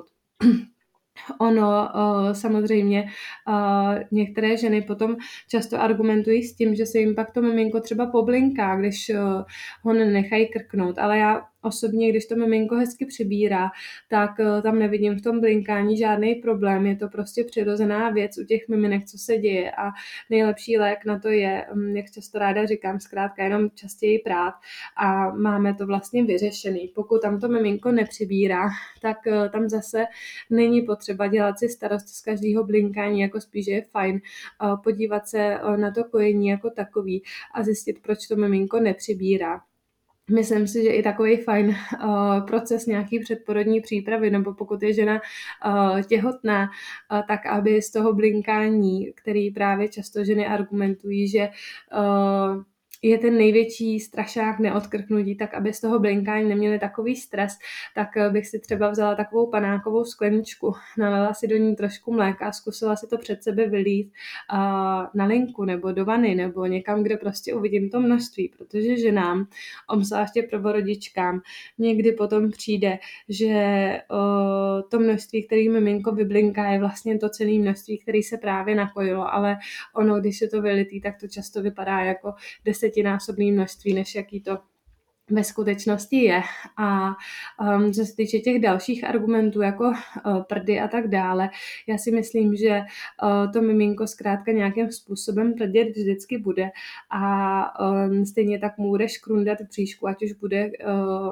Ono uh, samozřejmě uh, některé ženy potom často argumentují s tím, že se jim pak to miminko třeba poblinká, když uh, ho nenechají krknout, ale já osobně, když to miminko hezky přibírá, tak uh, tam nevidím v tom blinkání žádný problém, je to prostě přirozená věc u těch miminek, co se děje a nejlepší lék na to je, um, jak často ráda říkám, zkrátka jenom častěji prát a máme to vlastně vyřešený. Pokud tam to miminko nepřibírá, tak uh, tam zase není potřeba dělat si starost z každého blinkání, jako spíš je fajn podívat se na to kojení jako takový a zjistit, proč to miminko nepřibírá. Myslím si, že i takový fajn uh, proces nějaký předporodní přípravy, nebo pokud je žena uh, těhotná, uh, tak aby z toho blinkání, který právě často ženy argumentují, že uh, je ten největší strašák neodkrknutí, tak aby z toho blinkání neměli takový stres, tak bych si třeba vzala takovou panákovou skleničku, nalila si do ní trošku mléka a zkusila si to před sebe vylít uh, na linku nebo do vany nebo někam, kde prostě uvidím to množství, protože ženám, obzvláště prvorodičkám, někdy potom přijde, že uh, to množství, který miminko vyblinká, je vlastně to celé množství, který se právě nakojilo, ale ono, když je to vylitý, tak to často vypadá jako desetinásobné množství, než jaký to ve skutečnosti je. A um, co se týče těch dalších argumentů, jako uh, prdy a tak dále, já si myslím, že uh, to miminko zkrátka nějakým způsobem prdět vždycky bude a um, stejně tak mu bude škrundat v bříšku, ať už bude uh,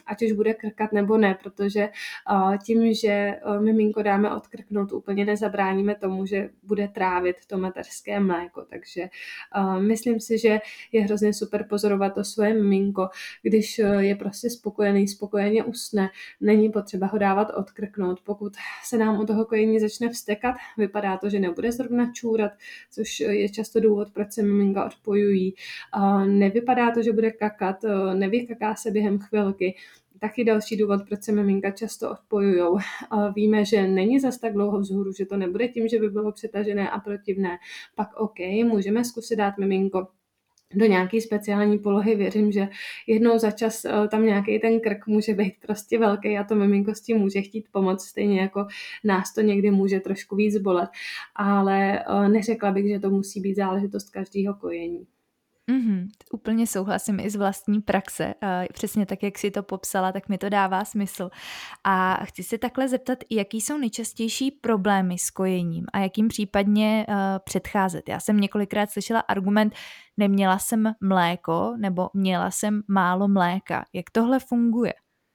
ať už bude krkat nebo ne, protože tím, že miminko dáme odkrknout, úplně nezabráníme tomu, že bude trávit to mateřské mléko. Takže myslím si, že je hrozně super pozorovat to svoje miminko, když je prostě spokojený, spokojeně usne, není potřeba ho dávat odkrknout. Pokud se nám u toho kojení začne vztekat, vypadá to, že nebude zrovna čůrat, což je často důvod, proč se miminka odpojují. Nevypadá to, že bude kakat, nevykaká se během chvilky. Taky další důvod, proč se miminka často odpojujou. Víme, že není zas tak dlouho vzhůru, že to nebude tím, že by bylo přetažené a protivné. Pak OK, můžeme zkusit dát miminko do nějaké speciální polohy. Věřím, že jednou za čas tam nějaký ten krk může být prostě velký a to miminko s tím může chtít pomoct, stejně jako nás to někdy může trošku víc bolet. Ale neřekla bych, že to musí být záležitost každého kojení. Mm-hmm, úplně souhlasím i z vlastní praxe. Přesně tak, jak jsi to popsala, tak mi to dává smysl. A chci se takhle zeptat, jaký jsou nejčastější problémy s kojením a jakým případně uh, předcházet. Já jsem několikrát slyšela argument, neměla jsem mléko nebo měla jsem málo mléka. Jak tohle funguje?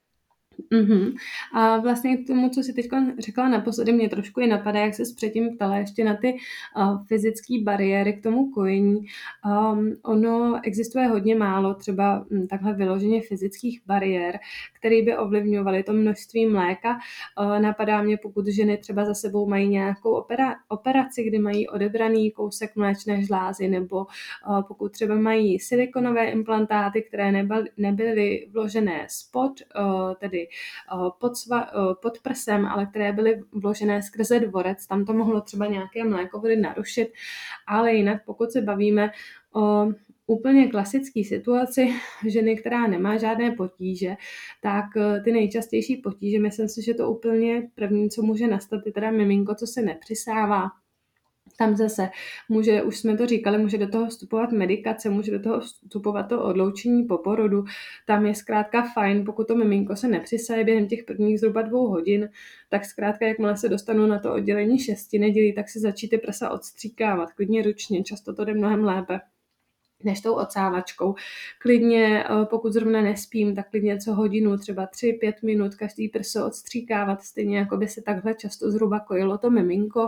Mm-hmm. A vlastně k tomu, co jsi teď řekla naposledy, mě trošku i napadá, jak se předtím ptala ještě na ty uh, fyzické bariéry k tomu kojení. Um, ono existuje hodně málo třeba m, takhle vyloženě fyzických bariér, které by ovlivňovaly to množství mléka. Uh, napadá mě, pokud ženy třeba za sebou mají nějakou opera, operaci, kdy mají odebraný kousek mléčné žlázy, nebo uh, pokud třeba mají silikonové implantáty, které nebyly, nebyly vložené spod, uh, tedy pod, sva, pod prsem, ale které byly vložené skrze dvorec, tam to mohlo třeba nějaké mlékovody narušit, ale jinak pokud se bavíme o úplně klasické situaci ženy, která nemá žádné potíže, tak ty nejčastější potíže, myslím si, že to úplně první, co může nastat, je teda miminko, co se nepřisává. Tam zase může, už jsme to říkali, může do toho vstupovat medikace, může do toho vstupovat to odloučení po porodu. Tam je zkrátka fajn, pokud to miminko se nepřisaje během těch prvních zhruba dvou hodin, tak zkrátka, jakmile se dostanou na to oddělení šesti nedělí, tak si začíte prsa odstříkávat, klidně ručně, často to jde mnohem lépe než tou odsávačkou. Klidně, pokud zrovna nespím, tak klidně co hodinu, třeba tři pět minut, každý prso odstříkávat, stejně jako by se takhle často zhruba kojilo to miminko.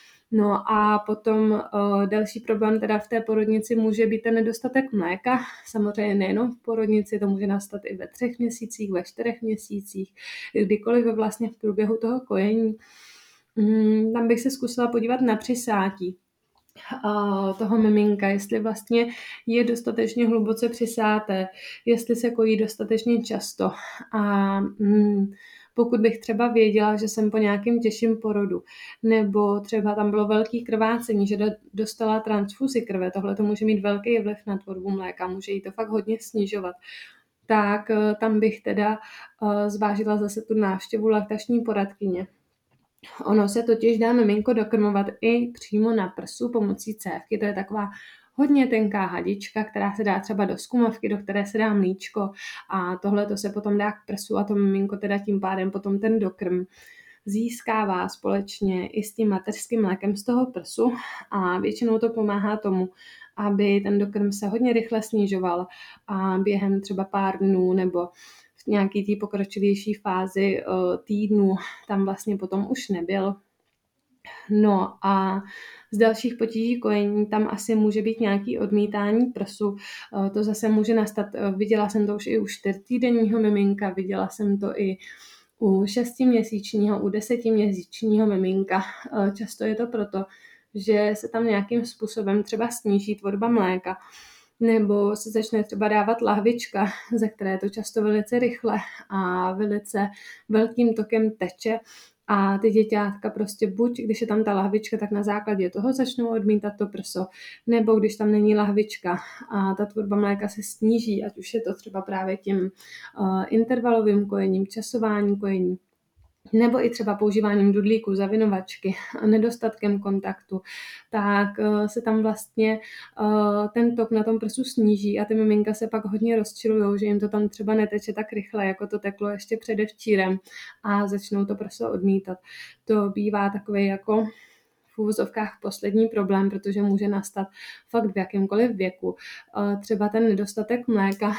No a potom uh, další problém teda v té porodnici může být ten nedostatek mléka. Samozřejmě nejenom v porodnici, to může nastat i ve třech měsících, ve čtyřech měsících, kdykoliv vlastně v průběhu toho kojení. Hmm, tam bych se zkusila podívat na přisátí uh, toho miminka, jestli vlastně je dostatečně hluboce přisáté, jestli se kojí dostatečně často. A hmm, pokud bych třeba věděla, že jsem po nějakém těžším porodu, nebo třeba tam bylo velký krvácení, že dostala transfuzi krve, tohle to může mít velký vliv na tvorbu mléka, může jí to fakt hodně snižovat, tak tam bych teda zvážila zase tu návštěvu laktační poradkyně. Ono se totiž dá miminko dokrmovat i přímo na prsu pomocí cévky, to je taková hodně tenká hadička, která se dá třeba do skumavky, do které se dá mlíčko a tohle to se potom dá k prsu a to miminko teda tím pádem potom ten dokrm získává společně i s tím mateřským mlékem z toho prsu a většinou to pomáhá tomu, aby ten dokrm se hodně rychle snižoval a během třeba pár dnů nebo v nějaký té pokročilější fázi týdnu tam vlastně potom už nebyl. No a z dalších potíží kojení tam asi může být nějaký odmítání prsu. To zase může nastat, viděla jsem to už i u čtyřtýdenního miminka, viděla jsem to i u šestiměsíčního, u desetiměsíčního miminka. Často je to proto, že se tam nějakým způsobem třeba sníží tvorba mléka, nebo se začne třeba dávat lahvička, ze které to často velice rychle a velice velkým tokem teče. A ty děťátka prostě buď, když je tam ta lahvička, tak na základě toho začnou odmítat to prso, nebo když tam není lahvička a ta tvorba mléka se sníží, ať už je to třeba právě tím uh, intervalovým kojením, časování kojení, nebo i třeba používáním dudlíku, zavinovačky a nedostatkem kontaktu, tak uh, se tam vlastně uh, ten tok na tom prsu sníží a ty miminka se pak hodně rozčilujou, že jim to tam třeba neteče tak rychle, jako to teklo ještě předevčírem a začnou to prso odmítat. To bývá takový jako v uvozovkách poslední problém, protože může nastat fakt v jakémkoliv věku. Třeba ten nedostatek mléka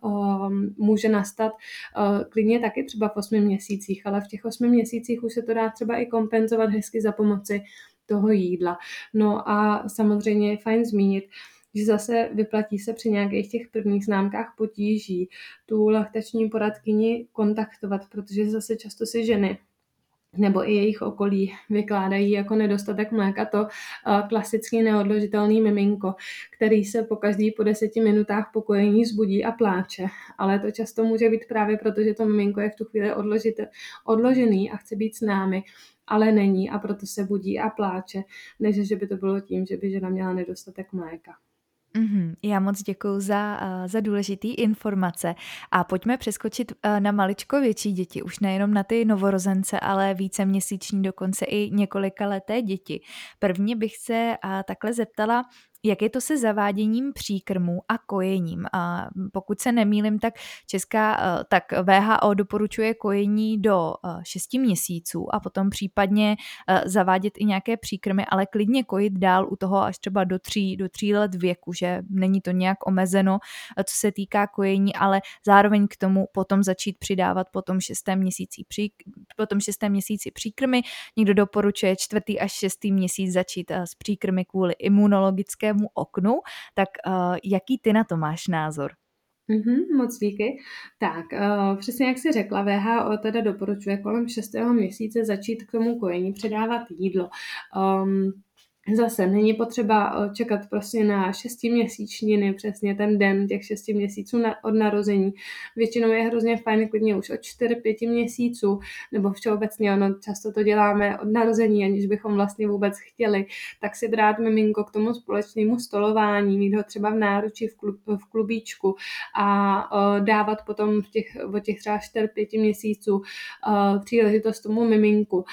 může nastat klidně taky třeba v osmi měsících, ale v těch osmi měsících už se to dá třeba i kompenzovat hezky za pomoci toho jídla. No a samozřejmě je fajn zmínit, že zase vyplatí se při nějakých těch prvních známkách potíží tu laktační poradkyni kontaktovat, protože zase často si ženy nebo i jejich okolí vykládají jako nedostatek mléka to klasický neodložitelný miminko, který se po každý po deseti minutách po kojení zbudí a pláče. Ale to často může být právě proto, že to miminko je v tu chvíli odložit, odložený a chce být s námi, ale není a proto se budí a pláče, než že by to bylo tím, že by žena měla nedostatek mléka. Mm-hmm. Já moc děkuju za, za důležitý informace a pojďme přeskočit na maličko větší děti, už nejenom na ty novorozence, ale víceměsíční, dokonce i několika leté děti. Prvně bych se takhle zeptala, jak je to se zaváděním příkrmů a kojením? A pokud se nemýlim, tak česká, tak W H O doporučuje kojení do šesti měsíců a potom případně zavádět i nějaké příkrmy, ale klidně kojit dál u toho až třeba do tří, do tří let věku, že není to nějak omezeno, co se týká kojení, ale zároveň k tomu potom začít přidávat po tom šestém měsíci, pří, po tom šestém měsíci příkrmy. Někdo doporučuje čtvrtý až šestý měsíc začít s příkrmy kvůli imunologické oknu, tak uh, jaký ty na to máš názor? Mm-hmm, moc díky. Tak, uh, přesně jak jsi řekla, W H O teda doporučuje kolem šestého měsíce začít k tomu kojení přidávat jídlo. Um, Zase není potřeba čekat prostě na šestiměsíčniny, přesně ten den těch šesti měsíců na, od narození. Většinou je hrozně fajn klidně už od čtyři pěti měsíců, nebo všeobecně, ono často to děláme od narození, aniž bychom vlastně vůbec chtěli, tak si brát miminko k tomu společnému stolování, mít ho třeba v náruči, v, klub, v klubíčku a uh, dávat potom v těch, od těch třeba čtyři pěti měsíců uh, příležitost tomu miminku,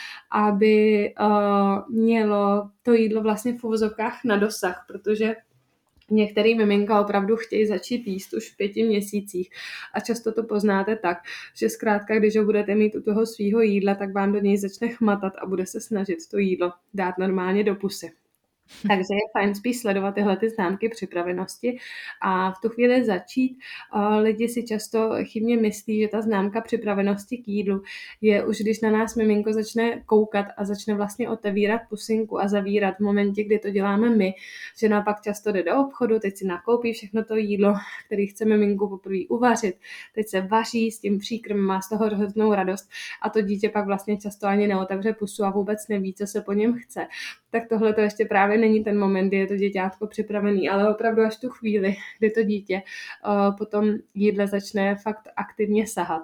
aby uh, mělo to jídlo vlastně v uvozovkách na dosah, protože některý miminka opravdu chtějí začít jíst už v pěti měsících a často to poznáte tak, že zkrátka, když ho budete mít u toho svýho jídla, tak vám do něj začne chmatat a bude se snažit to jídlo dát normálně do pusy. Takže je fajn spíš sledovat tyhle ty známky připravenosti a v tu chvíli začít. Lidi si často chybně myslí, že ta známka připravenosti k jídlu je už, když na nás miminko začne koukat a začne vlastně otevírat pusinku a zavírat v momentě, kdy to děláme my. Žena pak často jde do obchodu, teď si nakoupí všechno to jídlo, který chce miminku poprvé uvařit, teď se vaří s tím příkrmem, má z toho hroznou radost a to dítě pak vlastně často ani neotevře pusu a vůbec neví, co se po něm chce. Tak tohle to ještě právě není ten moment, kdy je to děťátko připravený, ale opravdu až tu chvíli, kdy to dítě uh, potom jídle začne fakt aktivně sahat.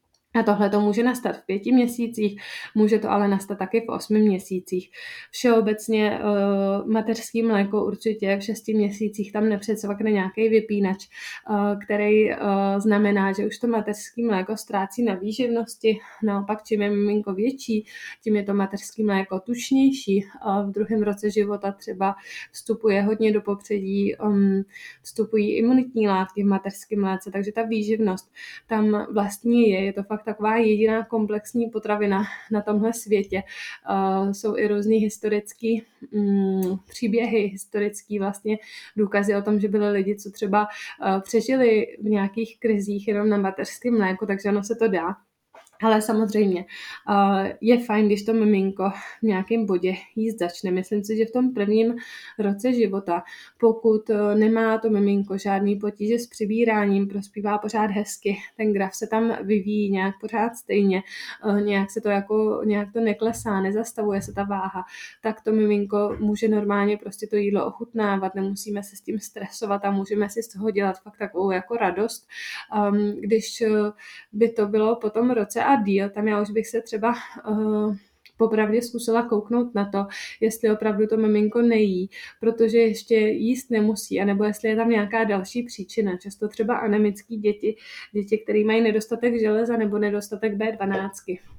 A tohle to může nastat v pěti měsících, může to ale nastat taky v osmi měsících. Všeobecně uh, mateřský mléko určitě v šesti měsících tam nepředsvakne nějaký vypínač, uh, který uh, znamená, že už to mateřský mléko ztrácí na výživnosti. Naopak, čím je miminko větší, tím je to mateřský mléko tučnější. Uh, v druhém roce života třeba vstupuje hodně do popředí, um, vstupují imunitní látky v mateřském mléce, takže ta výživnost tam vlastně je, je to fakt taková jediná komplexní potravina na tomhle světě. Uh, jsou i různý historický um, příběhy, historický vlastně důkazy o tom, že byli lidi, co třeba uh, přežili v nějakých krizích jenom na mateřském mléku, takže ono se to dá. Ale samozřejmě uh, je fajn, když to miminko v nějakém bodě jíst začne. Myslím si, že v tom prvním roce života, pokud uh, nemá to miminko žádný potíže s přibíráním, prospívá pořád hezky, ten graf se tam vyvíjí nějak pořád stejně, uh, nějak se to jako, nějak to neklesá, nezastavuje se ta váha, tak to miminko může normálně prostě to jídlo ochutnávat, nemusíme se s tím stresovat a můžeme si z toho dělat fakt takovou jako radost. Um, když uh, by to bylo po tom roce a díl, tam já už bych se třeba uh, popravdě zkusila kouknout na to, jestli opravdu to miminko nejí, protože ještě jíst nemusí, anebo jestli je tam nějaká další příčina. Často třeba anemický děti, děti, které mají nedostatek železa nebo nedostatek bé dvanáct.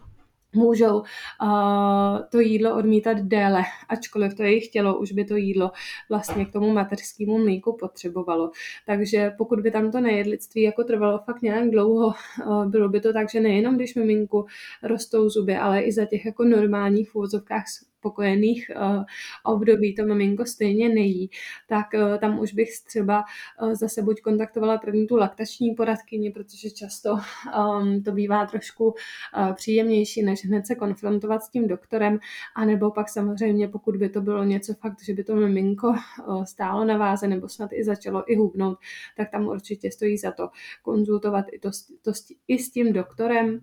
Můžou uh, to jídlo odmítat déle, ačkoliv to jejich tělo už by to jídlo vlastně k tomu mateřskému mlíku potřebovalo. Takže pokud by tam to nejedlictví jako trvalo fakt nějak dlouho, uh, bylo by to tak, že nejenom když miminku rostou zuby, ale i za těch jako normálních v uvozovkách pokojených uh, období to miminko stejně nejí, tak uh, tam už bych třeba uh, zase buď kontaktovala první tu laktační poradkyni, protože často um, to bývá trošku uh, příjemnější, než hned se konfrontovat s tím doktorem, anebo pak samozřejmě, pokud by to bylo něco fakt, že by to miminko uh, stálo na váze nebo snad i začalo i hubnout, tak tam určitě stojí za to konzultovat i, to, to, i s tím doktorem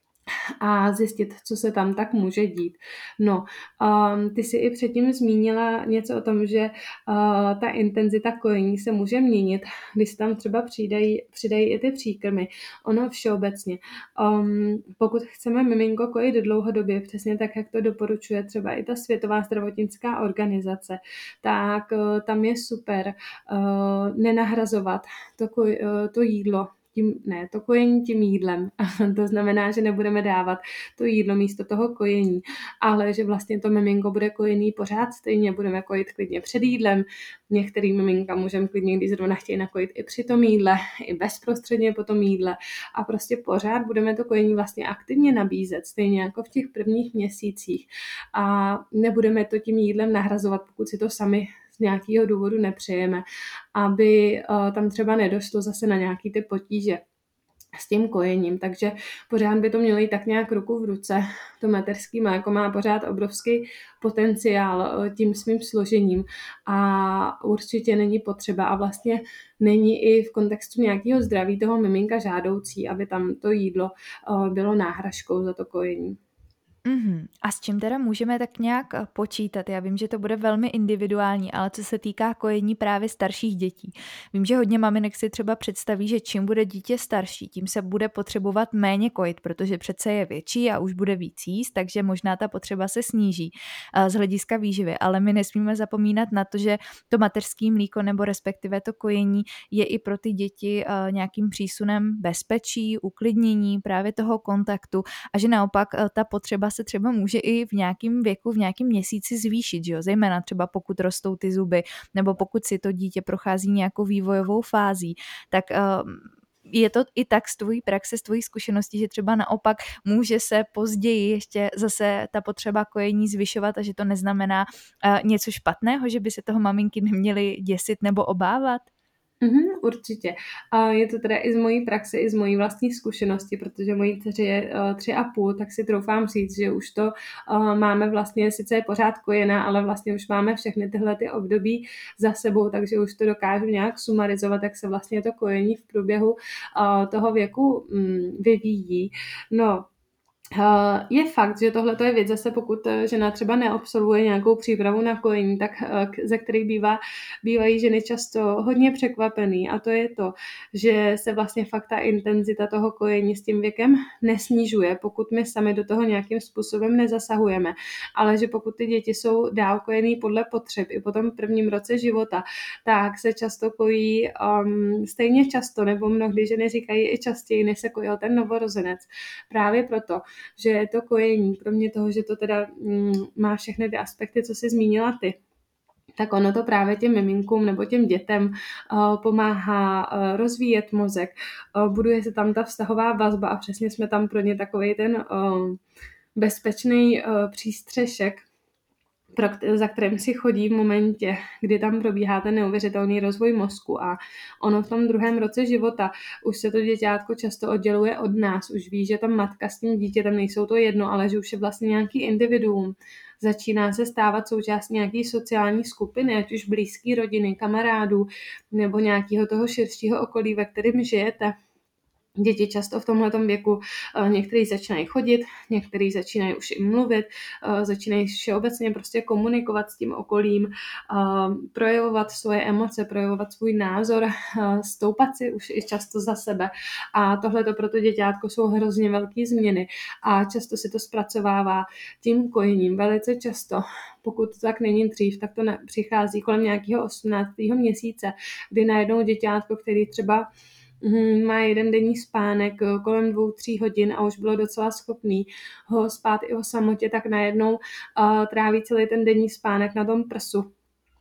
a zjistit, co se tam tak může dít. No, um, ty jsi i předtím zmínila něco o tom, že uh, ta intenzita kojení se může měnit, když se tam třeba přidají, přidají i ty příkrmy. Ono všeobecně. Um, pokud chceme miminko kojit dlouhodobě, přesně tak, jak to doporučuje třeba i ta Světová zdravotnická organizace, tak uh, tam je super uh, nenahrazovat to, uh, to jídlo tím, ne, to kojení tím jídlem. To znamená, že nebudeme dávat to jídlo místo toho kojení, ale že vlastně to miminko bude kojený pořád stejně, budeme kojit klidně před jídlem. Některý miminka můžeme klidně, když zrovna chtějí nakojit i při tom jídle, i bezprostředně po tom jídle a prostě pořád budeme to kojení vlastně aktivně nabízet, stejně jako v těch prvních měsících a nebudeme to tím jídlem nahrazovat, pokud si to sami z nějakého důvodu nepřejeme, aby uh, tam třeba nedošlo zase na nějaký ty potíže s tím kojením, takže pořád by to mělo jít tak nějak ruku v ruce. To mateřský mléko má pořád obrovský potenciál tím svým složením a určitě není potřeba a vlastně není i v kontextu nějakého zdraví toho miminka žádoucí, aby tam to jídlo uh, bylo náhražkou za to kojení. Mm-hmm. A s čím teda můžeme tak nějak počítat? Já vím, že to bude velmi individuální, ale co se týká kojení právě starších dětí. Vím, že hodně maminek si třeba představí, že čím bude dítě starší, tím se bude potřebovat méně kojit, protože přece je větší a už bude víc jíst, takže možná ta potřeba se sníží z hlediska výživy. Ale my nesmíme zapomínat na to, že to mateřské mlíko nebo respektive to kojení je i pro ty děti nějakým přísunem bezpečí, uklidnění, právě toho kontaktu a že naopak ta potřeba se třeba může i v nějakém věku, v nějakém měsíci zvýšit, že jo? Zejména třeba pokud rostou ty zuby, nebo pokud si to dítě prochází nějakou vývojovou fází, tak uh, je to i tak z tvojí praxe, z tvojí zkušenosti, že třeba naopak může se později ještě zase ta potřeba kojení zvyšovat a že to neznamená uh, něco špatného, že by se toho maminky neměly děsit nebo obávat? Mm, určitě. A je to teda i z mojí praxe, i z mojí vlastní zkušenosti, protože mojí dceři je uh, tři a půl, tak si troufám říct, že už to uh, máme vlastně, sice je pořád kojená, ale vlastně už máme všechny tyhle ty období za sebou, takže už to dokážu nějak sumarizovat, jak se vlastně to kojení v průběhu uh, toho věku um, vyvíjí. No, je fakt, že tohle je věc, zase pokud žena třeba neabsolvuje nějakou přípravu na kojení, tak ze kterých bývá, bývají ženy často hodně překvapený a to je to, že se vlastně fakt ta intenzita toho kojení s tím věkem nesnižuje, pokud my sami do toho nějakým způsobem nezasahujeme, ale že pokud ty děti jsou dál kojený podle potřeb i po tom prvním roce života, tak se často kojí um, stejně často, nebo mnohdy ženy říkají i častěji, než se kojil ten novorozenec. Právě proto, že to kojení, kromě toho, že to teda mm, má všechny ty aspekty, co jsi zmínila ty, tak ono to právě těm miminkům nebo těm dětem uh, pomáhá uh, rozvíjet mozek, uh, buduje se tam ta vztahová vazba a přesně jsme tam pro ně takovej ten uh, bezpečný uh, přístřešek, pro, za kterým si chodí v momentě, kdy tam probíhá ten neuvěřitelný rozvoj mozku a ono v tom druhém roce života už se to děťátko často odděluje od nás, už ví, že ta matka s tím dítětem nejsou to jedno, ale že už je vlastně nějaký individuum. Začíná se stávat součástí nějaký sociální skupiny, ať už blízký rodiny, kamarádů nebo nějakého toho širšího okolí, ve kterém žijete. Děti často v tomhletom věku některý začínají chodit, některý začínají už i mluvit, začínají všeobecně prostě komunikovat s tím okolím, projevovat svoje emoce, projevovat svůj názor, stoupat si už i často za sebe. A tohle to pro to děťátko jsou hrozně velké změny a často si to zpracovává tím kojením. Velice často, pokud to tak není dřív, tak to přichází kolem nějakého osmnáctého měsíce, kdy najednou děťátko, který třeba má jeden denní spánek kolem dvou, tří hodin a už bylo docela schopný ho spát i o samotě, tak najednou uh, tráví celý ten denní spánek na tom prsu.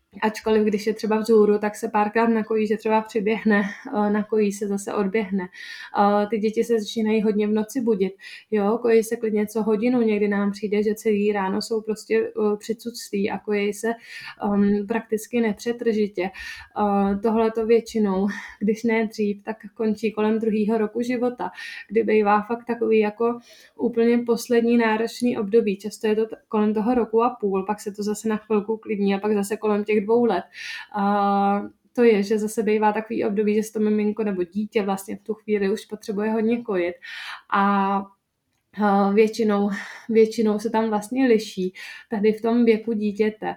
Ačkoliv, když je třeba vzhůru, tak se párkrát nakojí, že třeba přiběhne, nakojí se, zase odběhne. Ty děti se začínají hodně v noci budit, jo, kojí se klidně co hodinu, někdy nám přijde, že celý ráno jsou prostě přicuclí a kojí se um, prakticky nepřetržitě. Uh, Tohle to většinou, když ne dřív, tak končí kolem druhého roku života, kdy bývá fakt takový jako úplně poslední náročný období. Často je to t- kolem toho roku a půl, pak se to zase na chvilku klidní a pak zase kolem těch dvou let. A to je, že zase bývá takový období, že se to miminko nebo dítě vlastně v tu chvíli už potřebuje hodně kojit. A Většinou, většinou se tam vlastně liší tady v tom věku dítěte.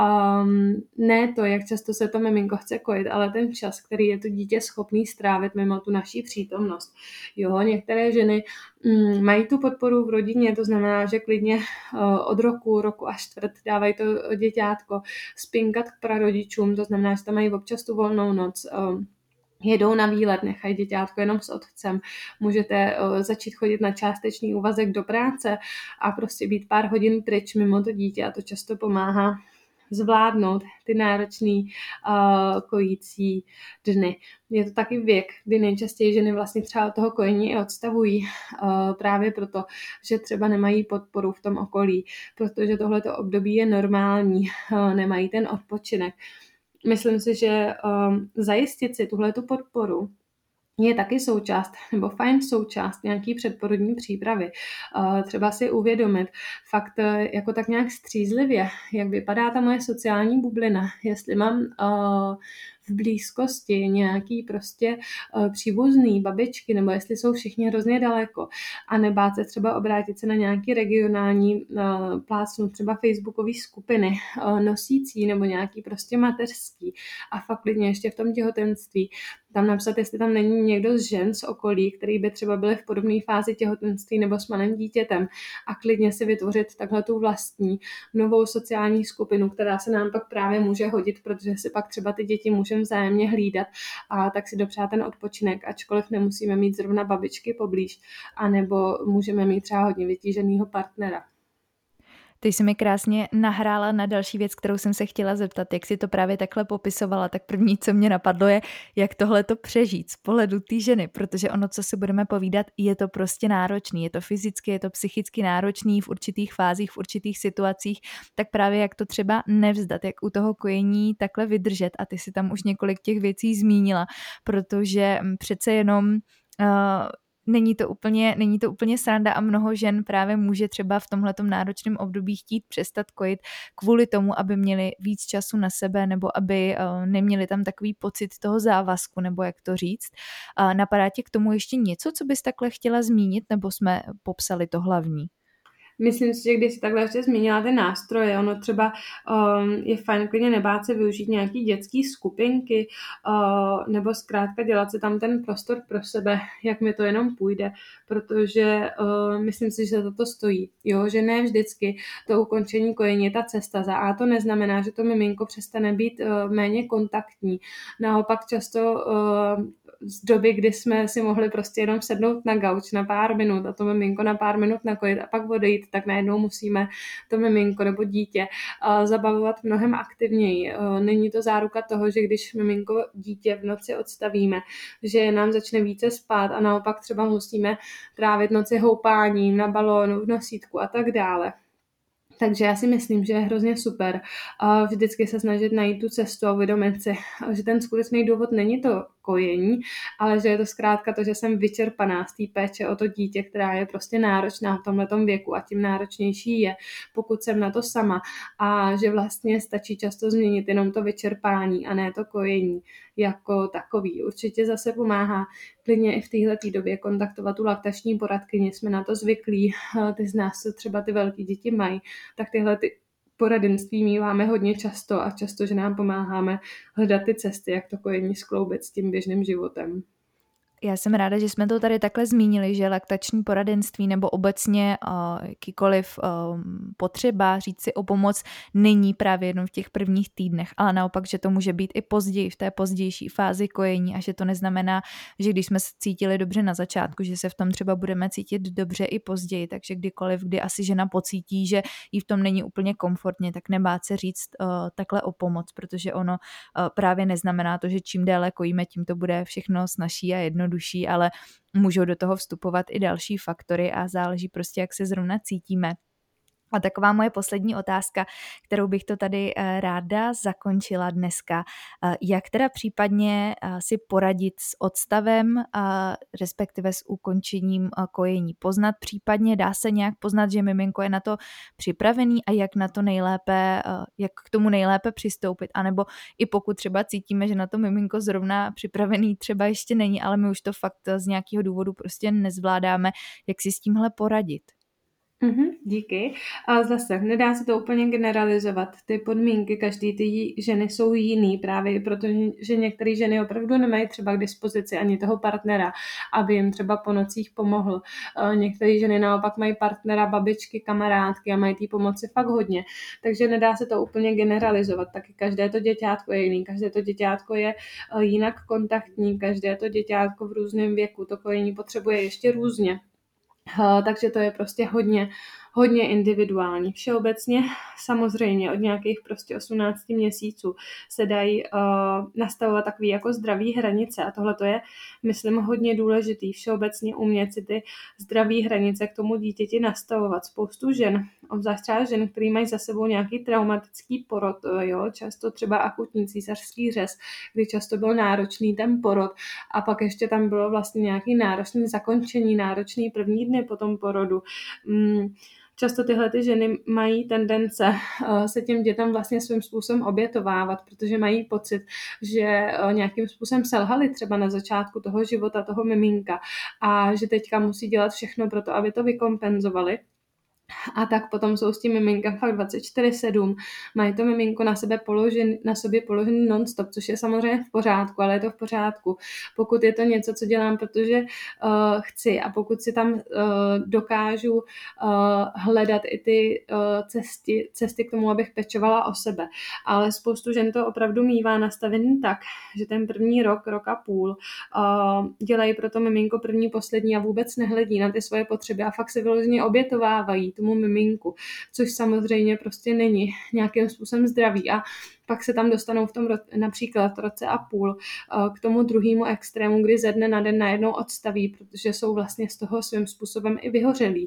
Um, ne to, jak často se to miminko chce kojit, ale ten čas, který je to dítě schopný strávit mimo tu naší přítomnost. Jo, některé ženy um, mají tu podporu v rodině, to znamená, že klidně uh, od roku, roku až čtvrt dávají to děťátko spinkat k prarodičům, to znamená, že tam mají občas tu volnou noc. Um, jedou na výlet, nechají děťátko jenom s otcem. Můžete uh, začít chodit na částečný úvazek do práce a prostě být pár hodin pryč mimo to dítě a to často pomáhá zvládnout ty náročný uh, kojící dny. Je to taky věk, kdy nejčastěji ženy vlastně třeba od toho kojení i odstavují uh, právě proto, že třeba nemají podporu v tom okolí, protože tohleto období je normální, uh, nemají ten odpočinek. Myslím si, že um, zajistit si tuhletu podporu je taky součást, nebo fajn součást nějaký předporodní přípravy. Uh, třeba si uvědomit fakt uh, jako tak nějak střízlivě, jak vypadá ta moje sociální bublina, jestli mám uh, v blízkosti nějaký prostě uh, příbuzný babičky, nebo jestli jsou všichni hrozně daleko. A nebát se třeba obrátit se na nějaký regionální uh, plácnu, třeba facebookové skupiny uh, nosící, nebo nějaký prostě mateřský. A fakt klidně ještě v tom těhotenství tam napsat, jestli tam není někdo z žen z okolí, který by třeba byly v podobné fázi těhotenství nebo s malým dítětem a klidně si vytvořit takhle tu vlastní novou sociální skupinu, která se nám pak právě může hodit, protože si pak třeba ty děti můžeme vzájemně hlídat a tak si dopřát ten odpočinek, ačkoliv nemusíme mít zrovna babičky poblíž, anebo můžeme mít třeba hodně vytíženýho partnera. Ty jsi mi krásně nahrála na další věc, kterou jsem se chtěla zeptat, jak jsi to právě takhle popisovala, tak první, co mě napadlo je, jak tohle to přežít z pohledu té ženy, protože ono, co si budeme povídat, je to prostě náročný, je to fyzicky, je to psychicky náročný v určitých fázích, v určitých situacích, tak právě jak to třeba nevzdat, jak u toho kojení takhle vydržet a ty si tam už několik těch věcí zmínila, protože přece jenom uh, Není to, úplně, není to úplně sranda a mnoho žen právě může třeba v tomhletom náročném období chtít přestat kojit kvůli tomu, aby měli víc času na sebe nebo aby uh, neměli tam takový pocit toho závazku, nebo jak to říct. Uh, napadá tě k tomu ještě něco, co bys takhle chtěla zmínit, nebo jsme popsali to hlavní? Myslím si, že když si takhle ještě zmínila ty nástroje, ono třeba um, je fajn klidně nebát se využít nějaký dětský skupinky uh, nebo zkrátka dělat si tam ten prostor pro sebe, jak mi to jenom půjde, protože uh, myslím si, že za to stojí. Jo, že ne vždycky to ukončení kojení je ta cesta za A to neznamená, že to miminko přestane být uh, méně kontaktní. Naopak často uh, z doby, kdy jsme si mohli prostě jenom sednout na gauč na pár minut a to miminko na pár minut nakojit a pak odejít, tak najednou musíme to miminko nebo dítě uh, zabavovat mnohem aktivněji. Uh, není to záruka toho, že když miminko dítě v noci odstavíme, že nám začne více spát a naopak třeba musíme trávit noci houpáním na balónu, v nosítku a tak dále. Takže já si myslím, že je hrozně super uh, vždycky se snažit najít tu cestu a uvědomit si, že ten skutečný důvod není to kojení, ale že je to zkrátka to, že jsem vyčerpaná z té péče o to dítě, která je prostě náročná v tomhletom věku a tím náročnější je, pokud jsem na to sama a že vlastně stačí často změnit jenom to vyčerpání a ne to kojení jako takový. Určitě zase pomáhá klidně i v téhleté době kontaktovat tu laktační poradkyni, jsme na to zvyklí, ty z nás, co třeba ty velké děti mají, tak tyhle ty poradenství míváme hodně často a často, že nám pomáháme hledat ty cesty, jak to kojení skloubit s tím běžným životem. Já jsem ráda, že jsme to tady takhle zmínili, že laktační poradenství nebo obecně uh, jakýkoliv um, potřeba říct si o pomoc není právě jenom v těch prvních týdnech, ale naopak, že to může být i později, v té pozdější fázi kojení a že to neznamená, že když jsme se cítili dobře na začátku, že se v tom třeba budeme cítit dobře i později, takže kdykoliv, kdy asi žena pocítí, že jí v tom není úplně komfortně, tak nebát se říct uh, takhle o pomoc, protože ono uh, právě neznamená to, že čím déle kojíme, tím to bude všechno snazší a jednodušší, ale můžou do toho vstupovat i další faktory a záleží prostě, jak se zrovna cítíme. A taková moje poslední otázka, kterou bych to tady ráda zakončila dneska. Jak teda případně si poradit s odstavem, respektive s ukončením kojení? Poznat případně, dá se nějak poznat, že miminko je na to připravený a jak na to nejlépe, jak k tomu nejlépe přistoupit? A nebo i pokud třeba cítíme, že na to miminko zrovna připravený třeba ještě není, ale my už to fakt z nějakého důvodu prostě nezvládáme, jak si s tímhle poradit? Mhm, díky. A zase, nedá se to úplně generalizovat. Ty podmínky každý ty ženy jsou jiný, právě protože některé ženy opravdu nemají třeba k dispozici ani toho partnera, aby jim třeba po nocích pomohl. Některé ženy naopak mají partnera, babičky, kamarádky a mají té pomoci fakt hodně. Takže nedá se to úplně generalizovat. Taky každé to děťátko je jiný, každé to děťátko je jinak kontaktní, každé to děťátko v různém věku to kojení potřebuje ještě různě. Uh, takže to je prostě hodně, hodně individuální. Všeobecně samozřejmě od nějakých prostě osmnácti měsíců se dají uh, nastavovat takový jako zdravý hranice a tohle to je, myslím, hodně důležitý. Všeobecně umět si ty zdravý hranice k tomu dítěti nastavovat. Spoustu žen, obzvlášť třeba žen, který mají za sebou nějaký traumatický porod, jo, často třeba akutní císařský řez, kdy často byl náročný ten porod a pak ještě tam bylo vlastně nějaký náročný zakončení, náročný první dny po tom porodu. Mm, Často tyhle ty ženy mají tendence uh, se těm dětem vlastně svým způsobem obětovávat, protože mají pocit, že uh, nějakým způsobem selhali třeba na začátku toho života, toho miminka a že teďka musí dělat všechno pro to, aby to vykompenzovali. A tak potom jsou s tím miminkem fakt dvacet čtyři sedm, mají to miminko na, sebe položen, na sobě položený non-stop, což je samozřejmě v pořádku, ale je to v pořádku. Pokud je to něco, co dělám, protože uh, chci a pokud si tam uh, dokážu uh, hledat i ty uh, cesty, cesty k tomu, abych pečovala o sebe. Ale spoustu žen to opravdu mívá nastavený tak, že ten první rok, rok a půl uh, dělají pro to miminko první, poslední a vůbec nehledí na ty svoje potřeby a fakt se vyloženě obětovávají tomu miminku, což samozřejmě prostě není nějakým způsobem zdravý a pak se tam dostanou v tom ro- například roce a půl k tomu druhému extrému, kdy ze dne na den najednou odstaví, protože jsou vlastně z toho svým způsobem i vyhořelí.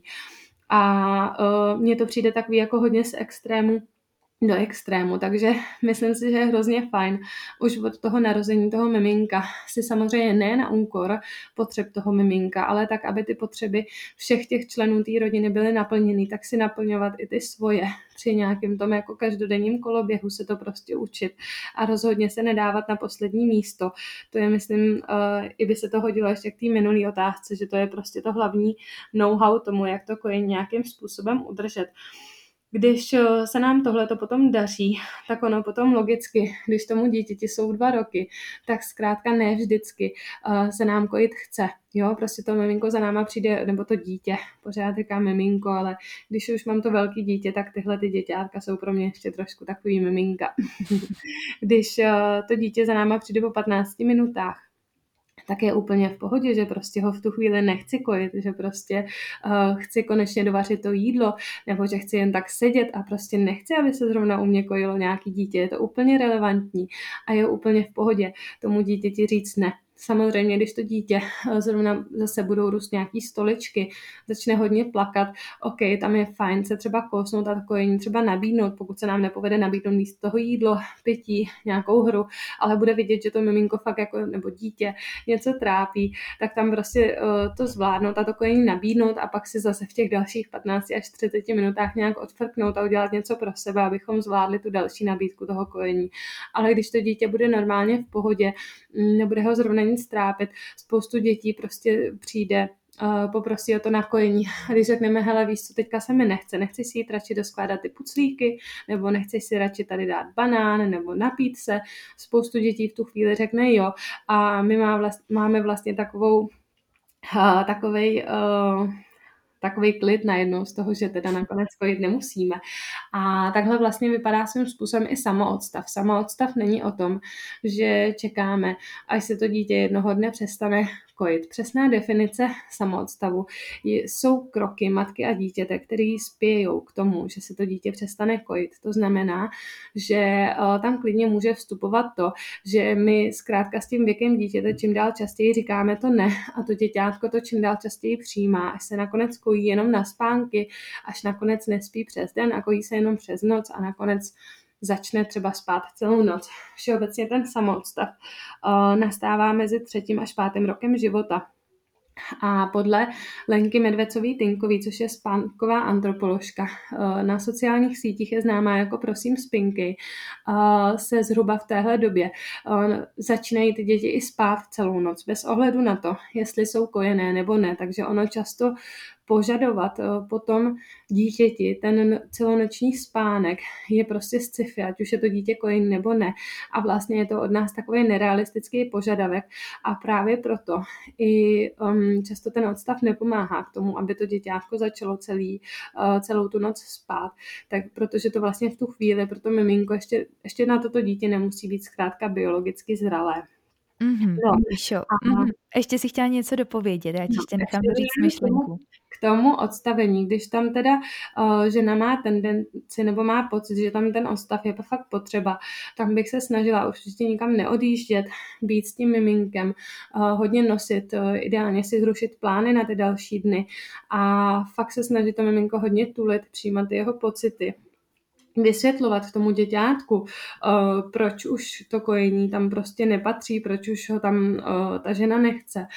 A uh, mně to přijde takový jako hodně z extrému do extrému, takže myslím si, že je hrozně fajn už od toho narození toho miminka si samozřejmě ne na úkor potřeb toho miminka, ale tak, aby ty potřeby všech těch členů té rodiny byly naplněny, tak si naplňovat i ty svoje při nějakém tom jako každodenním koloběhu se to prostě učit a rozhodně se nedávat na poslední místo. To je, myslím, uh, i by se to hodilo ještě k té minulý otázce, že to je prostě to hlavní know-how tomu, jak to kojení nějakým způsobem udržet. Když se nám tohleto potom daří, tak ono potom logicky, když tomu dítěti jsou dva roky, tak zkrátka ne vždycky uh, se nám kojit chce. Jo, prostě to miminko za náma přijde, nebo to dítě, pořád říkám miminko, ale když už mám to velký dítě, tak tyhle ty děťátka jsou pro mě ještě trošku takový miminka. Když uh, to dítě za náma přijde po patnácti minutách, tak je úplně v pohodě, že prostě ho v tu chvíli nechci kojit, že prostě uh, chci konečně dovařit to jídlo, nebo že chci jen tak sedět a prostě nechci, aby se zrovna u mě kojilo nějaký dítě. Je to úplně relevantní a je úplně v pohodě tomu dítěti říct ne. Samozřejmě, když to dítě zrovna zase budou růst nějaký stoličky, začne hodně plakat, OK, tam je fajn se třeba kousnout a to kojení třeba nabídnout, pokud se nám nepovede nabídnout místo toho jídlo, pití, nějakou hru, ale bude vidět, že to miminko fakt jako, nebo dítě něco trápí, tak tam prostě uh, to zvládnout a to kojení nabídnout a pak si zase v těch dalších patnácti až třiceti minutách nějak odfrknout a udělat něco pro sebe, abychom zvládli tu další nabídku toho kojení. Ale když to dítě bude normálně v pohodě, nebude ho zrovna nic trápit. Spoustu dětí prostě přijde, Uh, poprosí o to nakojení. A když řekneme, hele, víš co, teďka se mi nechce, nechci si jít radši doskládat ty puclíky, nebo nechci si radši tady dát banán, nebo napít se. Spoustu dětí v tu chvíli řekne jo. A my má vlast, máme vlastně takovou, uh, takovej, uh, takový klid najednou z toho, že teda nakonec kojit nemusíme. A takhle vlastně vypadá svým způsobem i samoodstav. Samoodstav není o tom, že čekáme, až se to dítě jednoho dne přestane kojit. Přesná definice samoodstavu jsou kroky matky a dítěte, které spějou k tomu, že se to dítě přestane kojit. To znamená, že tam klidně může vstupovat to, že my zkrátka s tím věkem dítěte čím dál častěji říkáme to ne a to děťátko to čím dál častěji přijímá, až se nakonec kojí jenom na spánky, až nakonec nespí přes den a kojí se jenom přes noc a nakonec začne třeba spát celou noc. Všeobecně ten samoodstav uh, nastává mezi třetím až pátým rokem života. A podle Lenky Medvecový-Tynkový, což je spánková antropoložka, na sociálních sítích je známá jako prosím spinky, se zhruba v téhle době začínají ty děti i spát celou noc, bez ohledu na to, jestli jsou kojené nebo ne. Takže ono často požadovat po tom dítěti ten celonoční spánek je prostě sci-fi, ať už je to dítě kojené nebo ne. A vlastně je to od nás takový nerealistický požadavek a právě proto i um, často ten odstav nepomáhá k tomu, aby to děťátko začalo celý, uh, celou tu noc spát. Tak protože to vlastně v tu chvíli pro to miminko ještě, ještě na toto dítě nemusí být zkrátka biologicky zralé. Mm-hmm, no. Mm-hmm. Ještě si chtěla něco dopovědět, já ti no, ještě nechám říct myšlenku. K tomu odstavení, když tam teda uh, žena má tendenci nebo má pocit, že tam ten odstav je fakt potřeba, tam bych se snažila určitě nikam neodjíždět, být s tím miminkem, uh, hodně nosit, uh, ideálně si zrušit plány na ty další dny a fakt se snažit to miminko hodně tulit, přijímat jeho pocity. Vysvětlovat tomu děťátku, uh, proč už to kojení tam prostě nepatří, proč už ho tam uh, ta žena nechce.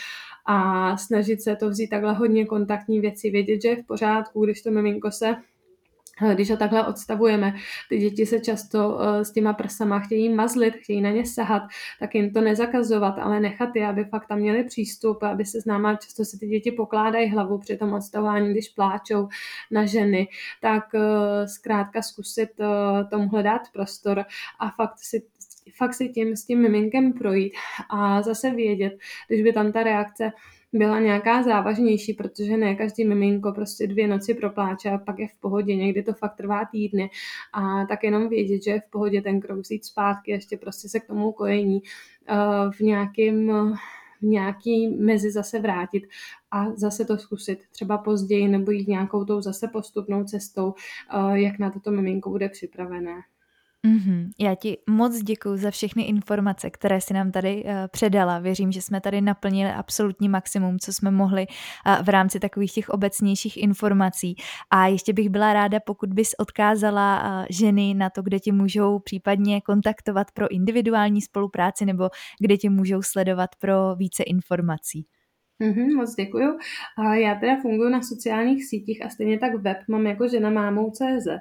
A snažit se to vzít takhle hodně kontaktní věci, vědět, že je v pořádku, když to miminko se, když ho takhle odstavujeme. Ty děti se často uh, s těma prsama chtějí mazlit, chtějí na ně sahat, tak jim to nezakazovat, ale nechat je, aby fakt tam měli přístup, aby se známa, často se ty děti pokládají hlavu při tom odstavování, když pláčou na ženy, tak uh, zkrátka zkusit uh, tomuhle dát prostor a fakt si fakt si tím s tím miminkem projít a zase vědět, když by tam ta reakce byla nějaká závažnější, protože ne každý miminko prostě dvě noci propláče a pak je v pohodě, někdy to fakt trvá týdny a tak jenom vědět, že je v pohodě ten krok vzít zpátky, ještě prostě se k tomu kojení uh, v nějakým v nějaký mezi zase vrátit a zase to zkusit třeba později nebo jít nějakou tou zase postupnou cestou, uh, jak na toto miminko bude připravené. Mm-hmm. Já ti moc děkuju za všechny informace, které jsi nám tady uh, předala. Věřím, že jsme tady naplnili absolutní maximum, co jsme mohli uh, v rámci takových těch obecnějších informací. A ještě bych byla ráda, pokud bys odkázala uh, ženy na to, kde tě můžou případně kontaktovat pro individuální spolupráci nebo kde tě můžou sledovat pro více informací. Mm-hmm, moc děkuju. A já teda funguji na sociálních sítích a stejně tak web mám jako žena mámou tečka cé zet.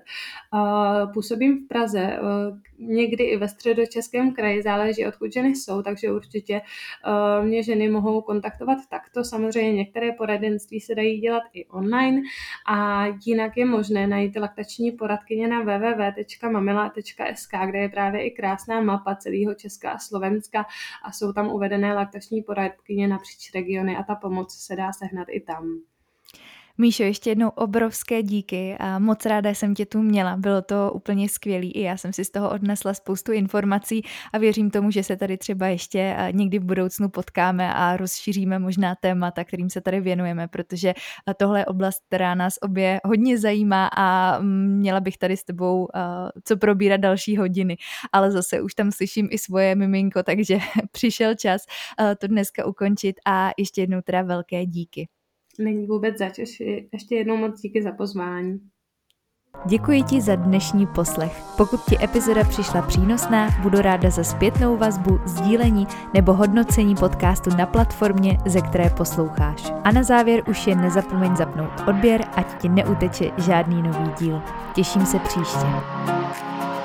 Působím v Praze, někdy i ve Středočeském kraji, záleží odkud ženy jsou, takže určitě mě ženy mohou kontaktovat takto. Samozřejmě některé poradenství se dají dělat i online a jinak je možné najít laktační poradkyně na w w w tečka mamila tečka es ká, kde je právě i krásná mapa celého Česka a Slovenska a jsou tam uvedené laktační poradkyně napříč regiony a ta pomoc se dá sehnat i tam. Míšo, ještě jednou obrovské díky a moc ráda jsem tě tu měla. Bylo to úplně skvělý. I já jsem si z toho odnesla spoustu informací a věřím tomu, že se tady třeba ještě někdy v budoucnu potkáme a rozšíříme možná témata, kterým se tady věnujeme, protože tohle je oblast, která nás obě hodně zajímá a měla bych tady s tebou co probírat další hodiny. Ale zase už tam slyším i svoje miminko, takže přišel čas to dneska ukončit a ještě jednou teda velké díky. Není vůbec zač, ještě jednou moc díky za pozvání. Děkuji ti za dnešní poslech. Pokud ti epizoda přišla přínosná, budu ráda za zpětnou vazbu, sdílení nebo hodnocení podcastu na platformě, ze které posloucháš. A na závěr už jen nezapomeň zapnout odběr, ať ti neuteče žádný nový díl. Těším se příště.